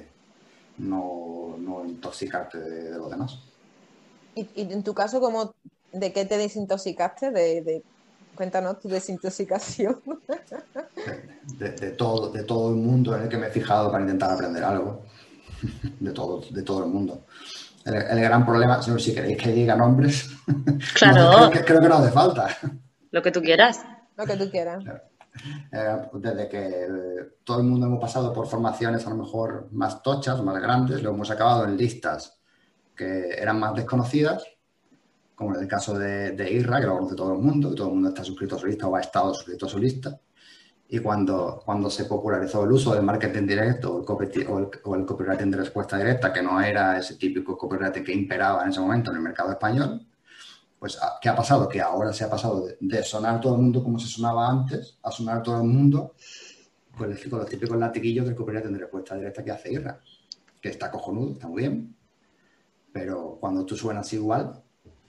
no, no intoxicarte de, de lo demás. ¿Y, y en tu caso, cómo, de qué te desintoxicaste? De, de, cuéntanos tu desintoxicación. De, de, de, todo, de todo el mundo en el que me he fijado para intentar aprender algo. De todo, de todo el mundo. El, el gran problema, si queréis que diga nombres, claro. no, creo, que, creo que no hace falta. Lo que tú quieras. Lo que tú quieras. Claro. Eh, desde que eh, todo el mundo hemos pasado por formaciones a lo mejor más tochas, más grandes, lo hemos acabado en listas que eran más desconocidas, como en el caso de, de Irra, que lo conoce todo el mundo, y todo el mundo está suscrito a su lista o ha estado suscrito a su lista. Y cuando, cuando se popularizó el uso del marketing directo o el, copy, o, el, o el copywriting de respuesta directa, que no era ese típico copywriting que imperaba en ese momento en el mercado español, Pues, ¿qué ha pasado? Que ahora se ha pasado de, de sonar todo el mundo como se sonaba antes a sonar todo el mundo con, el, con los típicos latiguillos del copyright en respuesta directa que hace Irra, que está cojonudo, está muy bien, pero cuando tú suenas igual,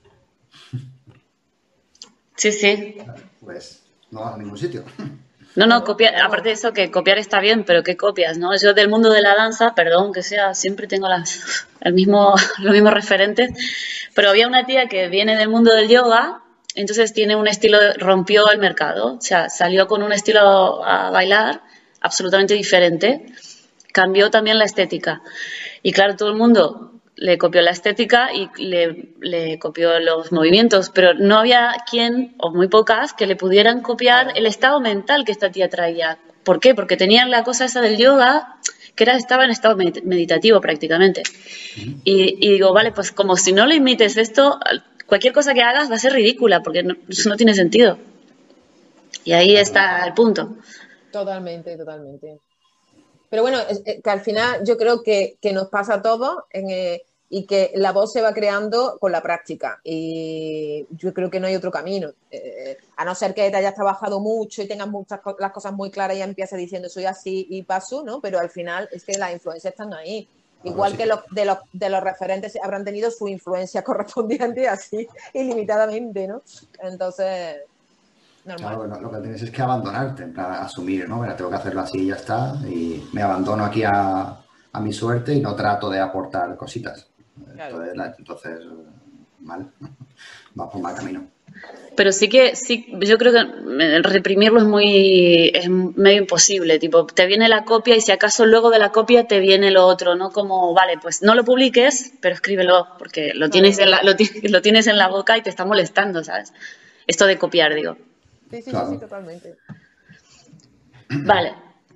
Sí, sí. pues no vas a ningún sitio. No, no, copiar, aparte de eso, que copiar está bien, pero ¿qué copias, no? Yo del mundo de la danza, perdón que sea, siempre tengo las, el mismo, los mismos referentes, pero había una tía que viene del mundo del yoga, entonces tiene un estilo, rompió el mercado, o sea, salió con un estilo a bailar absolutamente diferente, cambió también la estética. Y claro, todo el mundo le copió la estética y le, le copió los movimientos, pero no había quien, o muy pocas, que le pudieran copiar el estado mental que esta tía traía. ¿Por qué? Porque tenían la cosa esa del yoga, que era, estaba en estado meditativo prácticamente. Y, y digo, vale, pues como si no le imites esto, cualquier cosa que hagas va a ser ridícula, porque no, no tiene sentido. Y ahí está el punto. Totalmente, totalmente. Pero bueno, es, es, que al final yo creo que, que nos pasa a todos en, eh, y que la voz se va creando con la práctica. Y yo creo que no hay otro camino. Eh, a no ser que te hayas trabajado mucho y tengas muchas las cosas muy claras y ya empieces diciendo soy así y paso, ¿no? Pero al final es que las influencias están ahí. Igual que los, de, los, de los referentes habrán tenido su influencia correspondiente así ilimitadamente, ¿no? Entonces... Normal. Claro, lo, lo que tienes es que abandonarte, en plan, asumir, ¿no? Mira, tengo que hacerlo así y ya está. Y me abandono aquí a, a mi suerte y no trato de aportar cositas. Claro. Entonces, entonces, mal, va por mal camino. Pero sí que, sí, yo creo que reprimirlo es muy, es medio imposible. Tipo, te viene la copia y si acaso luego de la copia te viene lo otro, ¿no? Como, vale, pues no lo publiques, pero escríbelo, porque lo tienes, en la, lo, lo tienes en la boca y te está molestando, ¿sabes? Esto de copiar, digo. Sí, sí, claro. sí, sí, totalmente. Vale.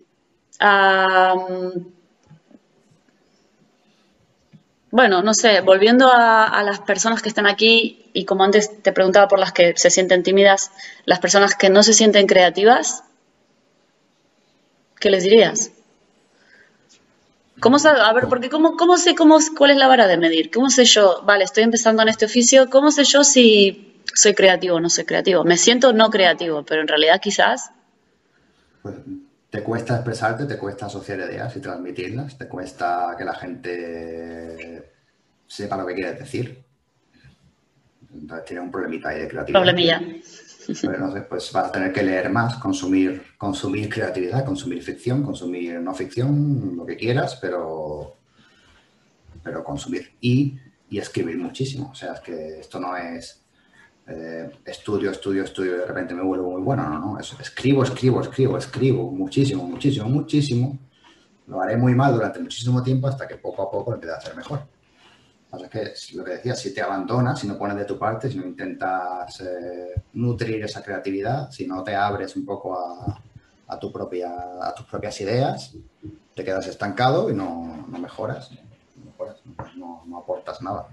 Um, bueno, no sé, volviendo a, a las personas que están aquí, y como antes te preguntaba por las que se sienten tímidas, las personas que no se sienten creativas, ¿qué les dirías? ¿Cómo sabe? A ver, porque ¿cómo, cómo sé cómo, cuál es la vara de medir? ¿Cómo sé yo? Vale, estoy empezando en este oficio, ¿cómo sé yo si soy creativo o no soy creativo? Me siento no creativo, pero en realidad quizás... Pues te cuesta expresarte, te cuesta asociar ideas y transmitirlas, te cuesta que la gente sepa lo que quieres decir. Entonces tiene un problemita ahí de creatividad. Problemilla. Pero no sé, pues vas a tener que leer más, consumir, consumir creatividad, consumir ficción, consumir no ficción, lo que quieras, pero, pero consumir. Y, y escribir muchísimo. O sea, es que esto no es... Eh, estudio, estudio, estudio y de repente me vuelvo muy bueno, no, no, eso, escribo, escribo, escribo, escribo muchísimo, muchísimo, muchísimo, lo haré muy mal durante muchísimo tiempo hasta que poco a poco empiece a hacer mejor. O sea, que es lo que decía, si te abandonas, si no pones de tu parte, si no intentas eh, nutrir esa creatividad, si no te abres un poco a, a, tu propia, a tus propias ideas, te quedas estancado y no, no mejoras, no, mejoras no, no aportas nada.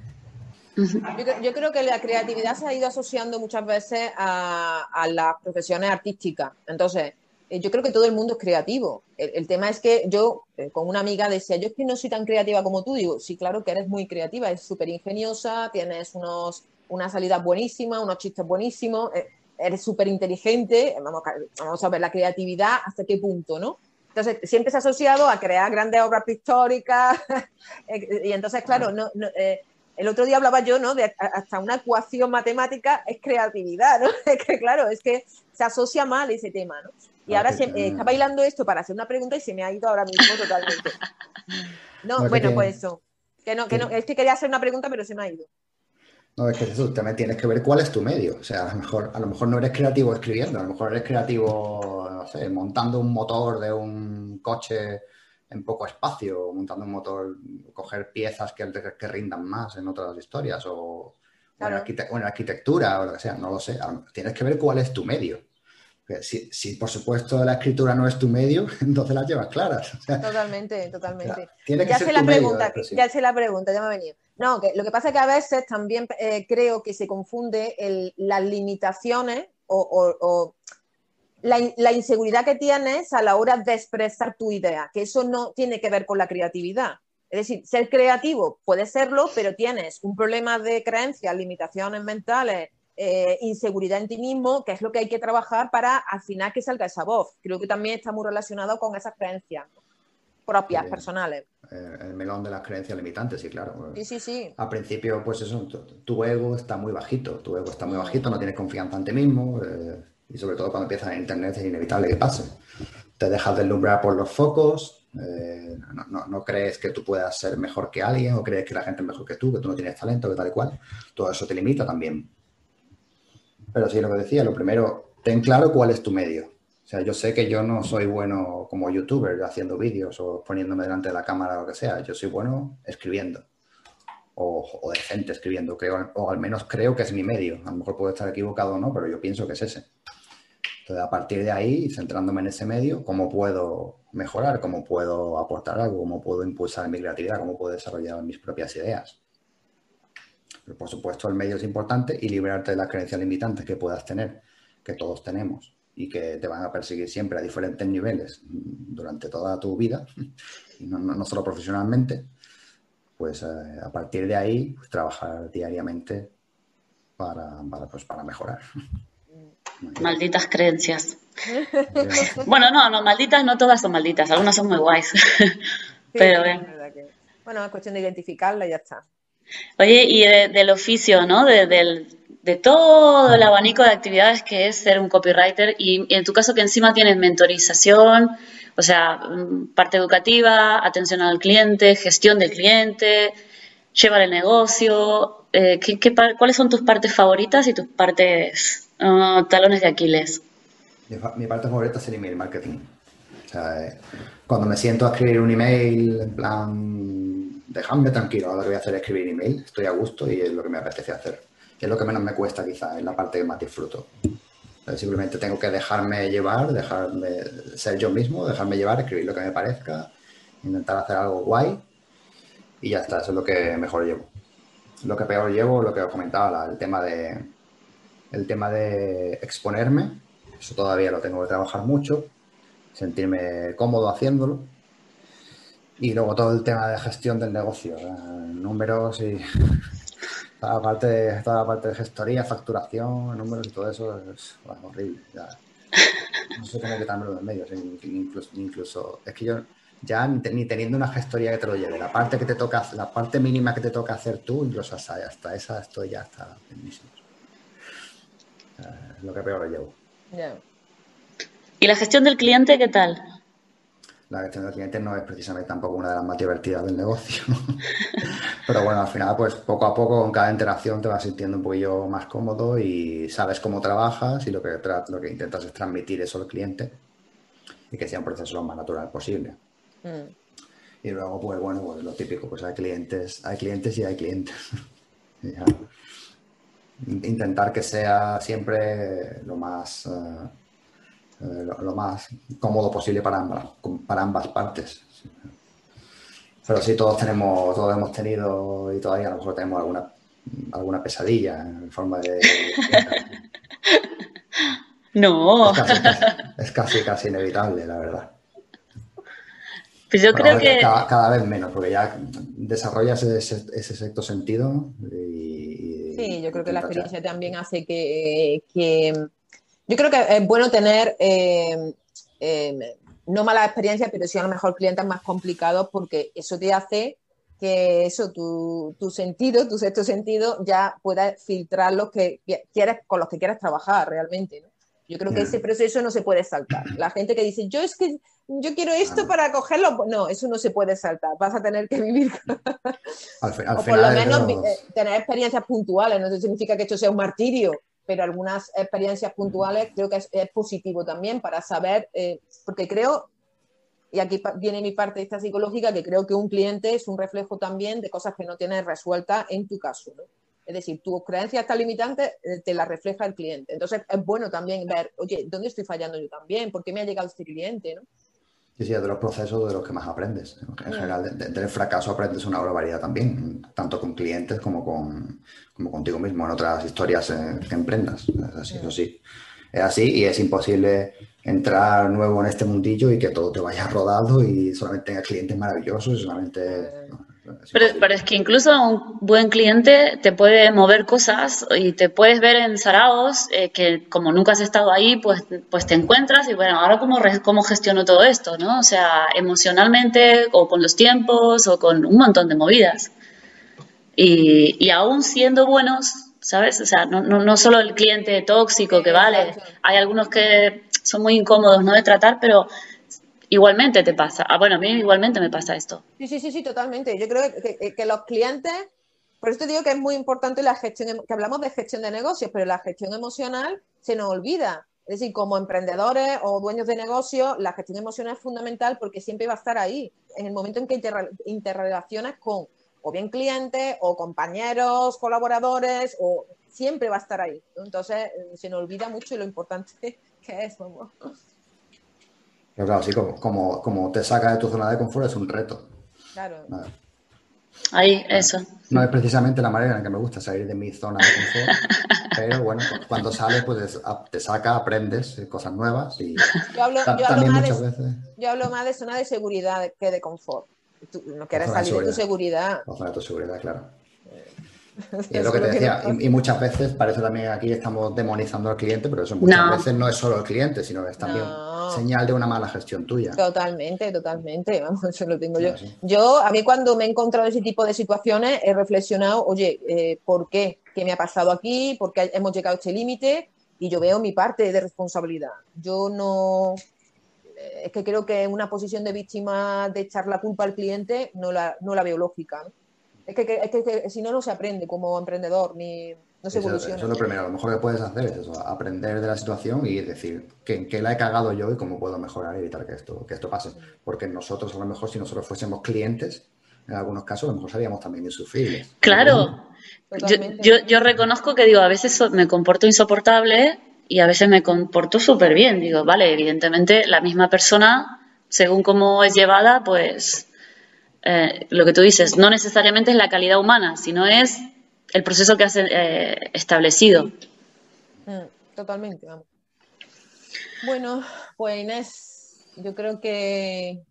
Yo, yo creo que la creatividad se ha ido asociando muchas veces a, a las profesiones artísticas. Entonces, eh, yo creo que todo el mundo es creativo. El, el tema es que yo, eh, con una amiga decía, yo es que no soy tan creativa como tú. Digo, sí, claro que eres muy creativa, es súper ingeniosa, tienes unos, una salida buenísima, unos chistes buenísimos, eh, eres súper inteligente. Vamos, vamos a ver la creatividad hasta qué punto, ¿no? Entonces, siempre se ha asociado a crear grandes obras pictóricas. Y entonces, claro, no... no eh, el otro día hablaba yo, ¿no? De hasta una ecuación matemática es creatividad, ¿no? Es que, claro, es que se asocia mal ese tema, ¿no? Y ahora se, eh, está bailando esto para hacer una pregunta y se me ha ido ahora mismo totalmente. No, bueno, que, pues eso. Que no, que no, es que quería hacer una pregunta, pero se me ha ido. No, es que eso también tienes que ver cuál es tu medio. O sea, a lo mejor, a lo mejor no eres creativo escribiendo, a lo mejor eres creativo, no sé, montando un motor de un coche en poco espacio, montando un motor, coger piezas que, que rindan más en otras historias o, claro. o, en arquite- o en arquitectura o lo que sea, no lo sé. Tienes que ver cuál es tu medio. Si, si por supuesto la escritura no es tu medio, entonces las llevas claras. O sea, totalmente, totalmente. O sea, tiene que ya ser sé tu la pregunta, medio, ya sé la pregunta, ya me ha venido. No, que lo que pasa es que a veces también eh, creo que se confunde el, las limitaciones o, o, o La, la inseguridad que tienes a la hora de expresar tu idea, que eso no tiene que ver con la creatividad. Es decir, ser creativo puede serlo, pero tienes un problema de creencias, limitaciones mentales, eh, inseguridad en ti mismo, que es lo que hay que trabajar para al final que salga esa voz. Creo que también está muy relacionado con esas creencias, ¿no?, propias, Sí. personales. El melón de las creencias limitantes, sí, claro. Sí, sí, sí. Al principio, pues eso, tu, tu ego está muy bajito, tu ego está muy bajito, no tienes confianza en ti mismo, eh, y sobre todo cuando empiezas en internet es inevitable que pase. Te dejas deslumbrar por los focos, eh, no, no, no crees que tú puedas ser mejor que alguien, o crees que la gente es mejor que tú, que tú no tienes talento, que tal y cual. Todo eso te limita también. Pero sí, lo que decía, lo primero, ten claro cuál es tu medio. O sea, yo sé que yo no soy bueno como youtuber haciendo vídeos o poniéndome delante de la cámara o lo que sea. Yo soy bueno escribiendo o, o decente escribiendo, creo, o al menos creo que es mi medio. A lo mejor puedo estar equivocado o no, pero yo pienso que es ese. Entonces, a partir de ahí, centrándome en ese medio, ¿cómo puedo mejorar? ¿Cómo puedo aportar algo? ¿Cómo puedo impulsar mi creatividad? ¿Cómo puedo desarrollar mis propias ideas? Pero, por supuesto, el medio es importante y liberarte de las creencias limitantes que puedas tener, que todos tenemos, y que te van a perseguir siempre a diferentes niveles durante toda tu vida, y no, no, no solo profesionalmente. Pues eh, a partir de ahí, pues, trabajar diariamente para, para, pues, para mejorar. Malditas creencias. Bueno, no, no, malditas no todas son malditas, algunas son muy guays. Pero Sí, bien. es verdad que, bueno, es cuestión de identificarla y ya está. Oye, y de- del oficio, ¿no? De, del- de todo el abanico de actividades que es ser un copywriter y, y en tu caso que encima tienes mentorización, o sea, mm, parte educativa, atención al cliente, gestión del cliente, llevar el negocio, eh, ¿qué- qué par- ¿cuáles son tus partes favoritas y tus partes ah, talones de Aquiles? Mi, fa- mi parte favorita es el email marketing. O sea, eh, cuando me siento a escribir un email, en plan, dejadme tranquilo, ahora lo que voy a hacer es escribir email, estoy a gusto y es lo que me apetece hacer. Es lo que menos me cuesta, quizá, es la parte que más disfruto. O sea, simplemente tengo que dejarme llevar, dejarme ser yo mismo, dejarme llevar, escribir lo que me parezca, intentar hacer algo guay y ya está, eso es lo que mejor llevo. Lo que peor llevo, lo que os comentaba, la- el tema de, el tema de exponerme, eso todavía lo tengo que trabajar mucho, sentirme cómodo haciéndolo. Y luego todo el tema de gestión del negocio, eh, números y toda la parte, toda la parte de gestoría, facturación, números y todo eso es, bueno, horrible. Ya. No sé cómo quitármelo de en medio. O sea, incluso, incluso, es que yo ya ni, ni teniendo una gestoría que te lo lleve, la parte que te toca, la parte mínima que te toca hacer tú, incluso hasta, hasta esa estoy ya hasta buenísimo. Es lo que peor lo llevo. Yeah. ¿Y la gestión del cliente qué tal? La gestión del cliente no es precisamente tampoco una de las más divertidas del negocio. Pero bueno, al final, pues poco a poco, con cada interacción te vas sintiendo un poquillo más cómodo y sabes cómo trabajas y lo que, tra- lo que intentas es transmitir eso al cliente y que sea un proceso lo más natural posible. Mm. Y luego, pues bueno, pues lo típico, pues hay clientes, hay clientes y hay clientes. Y ya. Intentar que sea siempre lo más, eh, eh, lo, lo más cómodo posible para ambas, para ambas partes. Pero sí, todos tenemos, todos hemos tenido y todavía a lo mejor tenemos alguna, alguna pesadilla en forma de... No, Es casi, casi, es casi, casi inevitable, la verdad. pues yo Bueno, creo ahora que cada, cada vez menos, porque ya desarrollas ese, ese sexto sentido y, Sí, y yo creo que la intentas ya. experiencia también hace que, que- yo creo que es bueno tener eh, eh, no malas experiencias, pero sí a lo mejor clientes más complicados, porque eso te hace que eso, tu, tu sentido, tu sexto sentido, ya puedas filtrar los que quieres, con los que quieres trabajar realmente, ¿no? Yo creo que ese Yeah. proceso no se puede saltar. La gente que dice, yo es que yo quiero esto Ah, para cogerlo, no, eso no se puede saltar. Vas a tener que vivir al, fi- al o por lo final es de menos eh, los... tener experiencias puntuales. No significa que esto sea un martirio, pero algunas experiencias puntuales creo que es, es positivo también para saber, eh, porque creo, y aquí viene mi parte esta psicológica, que creo que un cliente es un reflejo también de cosas que no tienes resueltas en tu caso, ¿no? Es decir, tus creencias tan limitantes eh, te las refleja el cliente. Entonces es bueno también ver, oye, ¿dónde estoy fallando yo también? ¿Por qué me ha llegado este cliente, ¿no? Sí, sí, es de los procesos de los que más aprendes. En general, de- de- del fracaso aprendes una barbaridad también, tanto con clientes como, con, como contigo mismo en otras historias eh, que emprendas. Es así, eso sí. es así y es imposible entrar nuevo en este mundillo y que todo te vaya rodado y solamente tengas clientes maravillosos y solamente... no, es Pero, imposible. pero es que incluso un buen cliente te puede mover cosas y te puedes ver en Saraos, eh, que como nunca has estado ahí, pues, pues te encuentras y bueno, ahora cómo, re- cómo gestiono todo esto, ¿no? O sea, emocionalmente o con los tiempos o con un montón de movidas. Y, y aún siendo buenos, ¿sabes? O sea, no, no, no solo el cliente tóxico que vale, Exacto. hay algunos que son muy incómodos, ¿no? De tratar, pero igualmente te pasa. Ah, bueno, a mí igualmente me pasa esto. Sí, sí, sí, sí, totalmente. Yo creo que, que- que los clientes, por eso te digo que es muy importante la gestión, em- que hablamos de gestión de negocios, pero la gestión emocional se nos olvida. Es decir, como emprendedores o dueños de negocios, la gestión emocional es fundamental porque siempre va a estar ahí, en el momento en que interre- interrelacionas con o bien clientes o compañeros, colaboradores, o siempre va a estar ahí, ¿no? Entonces, eh, se nos olvida mucho lo importante que es, vamos. Pero claro, sí, como, como, como te saca de tu zona de confort es un reto. Claro. Vale. Ahí, Bueno, eso. no es precisamente la manera en que me gusta salir de mi zona de confort, pero bueno, cu- cuando sales, pues es- a- te saca, aprendes eh, cosas nuevas y Yo hablo, ta- yo hablo también más de, muchas veces yo hablo más de zona de seguridad que de confort. Tú no la quieres zona de salir de tu seguridad, seguridad. la zona de tu seguridad, claro. Y es lo Eso que es te lo que nos decía, pasa. y, y muchas veces, parece también aquí estamos demonizando al cliente, pero eso muchas No, veces no es solo el cliente, sino es también No, señal de una mala gestión tuya. totalmente, totalmente. Vamos, eso lo tengo yo. No, sí. Yo, a mí cuando me he encontrado ese tipo de situaciones, he reflexionado, oye, eh, ¿por qué? ¿Qué me ha pasado aquí? ¿Por qué hemos llegado a este límite? Y yo veo mi parte de responsabilidad. Yo no, eh, es que creo que en una posición de víctima de echar la culpa al cliente no la, no la veo lógica, ¿no? Es que, que- es que, que si no, no se aprende como emprendedor, ni no se Eso, eso evoluciona. es lo primero, lo mejor que puedes hacer es eso, aprender de la situación y decir que, en qué la he cagado yo y cómo puedo mejorar y evitar que esto, que esto pase. Porque nosotros, a lo mejor, si nosotros fuésemos clientes, en algunos casos, a lo mejor seríamos también insufribles, como todo el mundo. claro. Yo, Totalmente. yo, yo reconozco que digo, a veces so- me comporto insoportable y a veces me comporto súper bien. Digo, vale, evidentemente la misma persona, según cómo es llevada, pues eh, lo que tú dices, no necesariamente es la calidad humana, sino es el proceso que has eh, establecido. Mm, totalmente, vamos. Bueno, pues Inés, yo creo que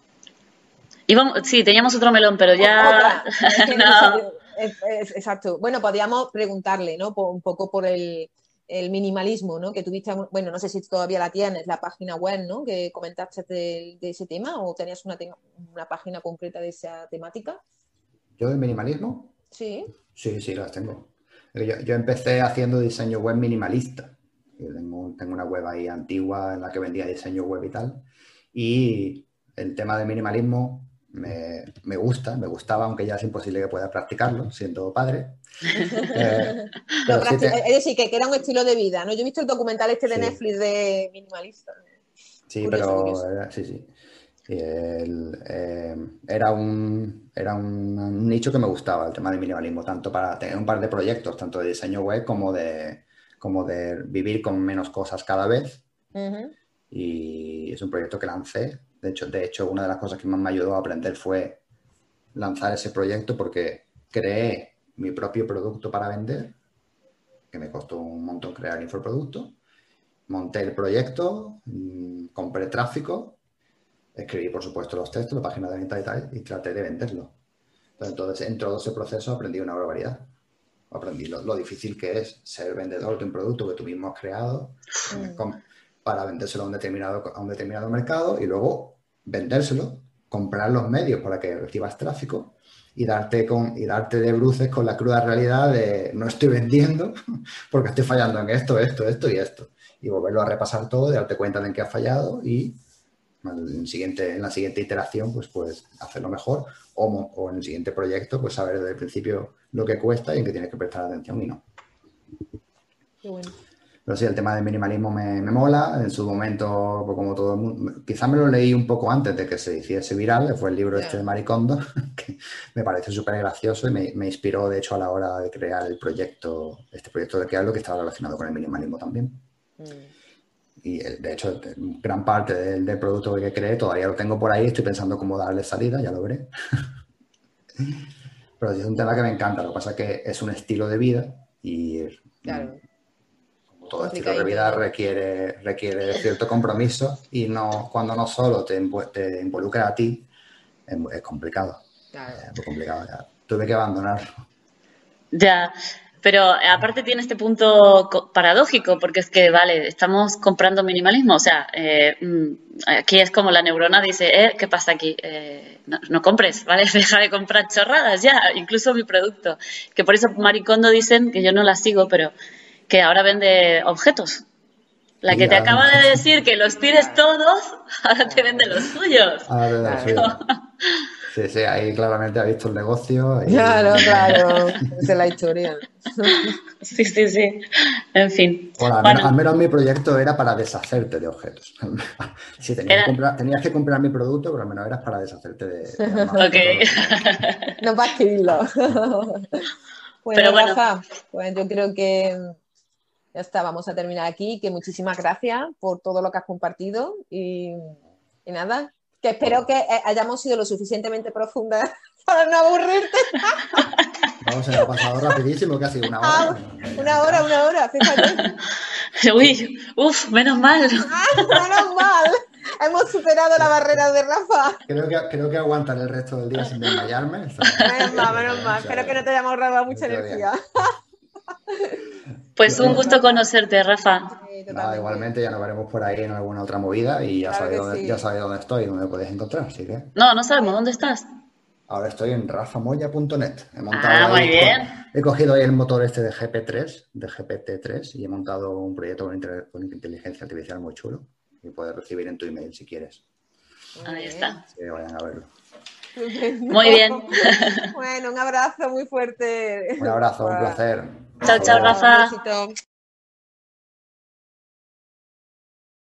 Y vamos, sí, teníamos otro melón, pero o- ya otra, es que no sé, no. es- es- exacto. Bueno, podríamos preguntarle, ¿no? Por- un poco por el, el minimalismo, ¿no? Que tuviste, bueno, no sé si todavía la tienes, la página web, ¿no? Que comentaste de, de ese tema o tenías una, tema- una página concreta de esa temática. Yo, el minimalismo, Sí. sí, sí, las tengo. Yo, yo empecé haciendo diseño web minimalista. Yo tengo, tengo una web ahí antigua en la que vendía diseño web y tal. Y el tema del minimalismo me, me gusta, me gustaba, aunque ya es imposible que pueda practicarlo siendo padre. Eh, Lo pero sí, practi- te, es decir, que, que era un estilo de vida, ¿no? Yo he visto el documental este de sí, Netflix de minimalista. sí, Curioso, pero curioso. era- sí, sí. Y el, eh, era un, era un, un nicho que me gustaba, el tema del minimalismo, tanto para tener un par de proyectos, tanto de diseño web como de, como de vivir con menos cosas cada vez. Ujú. Y es un proyecto que lancé. De hecho, de hecho, una de las cosas que más me ayudó a aprender fue lanzar ese proyecto porque creé mi propio producto para vender, que me costó un montón crear el infoproducto. Monté el proyecto, mmm, compré tráfico, escribí, por supuesto, los textos, la página de venta y tal, y traté de venderlo. Entonces, en todo ese proceso aprendí una barbaridad. Aprendí lo, lo difícil que es ser vendedor de un producto que tú mismo has creado eh, Mm. con, para vendérselo a un, determinado, a un determinado mercado y luego vendérselo, comprar los medios para que recibas tráfico y darte, con, y darte de bruces con la cruda realidad de no estoy vendiendo porque estoy fallando en esto, esto, esto y esto. Y volverlo a repasar todo, de darte cuenta de en qué has fallado y en, el siguiente, en la siguiente iteración pues puedes hacerlo mejor o, o en el siguiente proyecto pues saber desde el principio lo que cuesta y en qué tienes que prestar atención y no. Qué bueno. Pero sí, el tema del minimalismo me, me mola. En su momento, pues como todo el mundo, quizás me lo leí un poco antes de que se hiciese viral, fue el libro este de Ya. Marie Kondo, que me parece súper gracioso y me, me inspiró, de hecho, a la hora de crear el proyecto, este proyecto de que hablo, que estaba relacionado con el minimalismo también. Mm. Y de hecho, gran parte del, del producto que creé todavía lo tengo por ahí, estoy pensando cómo darle salida, ya lo veré. Pero sí es un tema que me encanta, lo que pasa es que es un estilo de vida y Claro. como todo estilo de vida requiere, requiere cierto compromiso y no cuando no solo te, te involucra a ti, es, es complicado. Claro. Es muy complicado. Ya. Tuve que abandonarlo. Ya, pero aparte tiene este punto paradójico, porque es que, vale, estamos comprando minimalismo, o sea, eh, aquí es como la neurona dice, eh, ¿qué pasa aquí? Eh, no, no compres, ¿vale? Deja de comprar chorradas ya, incluso mi producto. Que por eso Marie Kondo dicen, que yo no la sigo, pero que ahora vende objetos. La que te acaba de decir que los tires todos, ahora te vende los suyos. Ahora vende los suyos. Sí, sí, ahí claramente ha visto el negocio. Y... Claro, claro, esa es la historia. Sí, sí, sí. En fin. Bueno, al, bueno. Menos, al menos mi proyecto era para deshacerte de objetos. Sí, tenías, era... que comprar, tenías que comprar mi producto, pero al menos eras para deshacerte de... de ok. No para adquirirlo. Bueno, pero bueno, Rafa, pues yo creo que ya está, vamos a terminar aquí. Que muchísimas gracias por todo lo que has compartido y, y nada, que espero que hayamos sido lo suficientemente profundas para no aburrirte. Vamos, se me ha pasado rapidísimo, casi una hora. Ah, una hora, una hora, fíjate. Uy, uf, menos mal. Ah, menos mal. Hemos superado la barrera de Rafa. Creo que, creo que aguantan el resto del día sin desmayarme. Menos mal, menos mal. Espero que no te hayamos robado mucha energía. Pues un gusto conocerte, Rafa. Sí, nada, igualmente ya nos veremos por ahí en alguna otra movida y ya, claro sabéis dónde, sí. ya sabéis dónde estoy y dónde me podéis encontrar, así que... No, no sabemos, ¿dónde estás? Ahora estoy en rafa moya punto net. He montado ah, muy ahí, bien. He cogido ahí el motor este de G P tres, de G P T tres y he montado un proyecto con, con inteligencia artificial muy chulo y puedes recibir en tu email si quieres. Ahí está. Sí, vayan a verlo. Muy bien. Bueno, un abrazo muy fuerte. Un abrazo, un placer. Chao, chao, Rafa.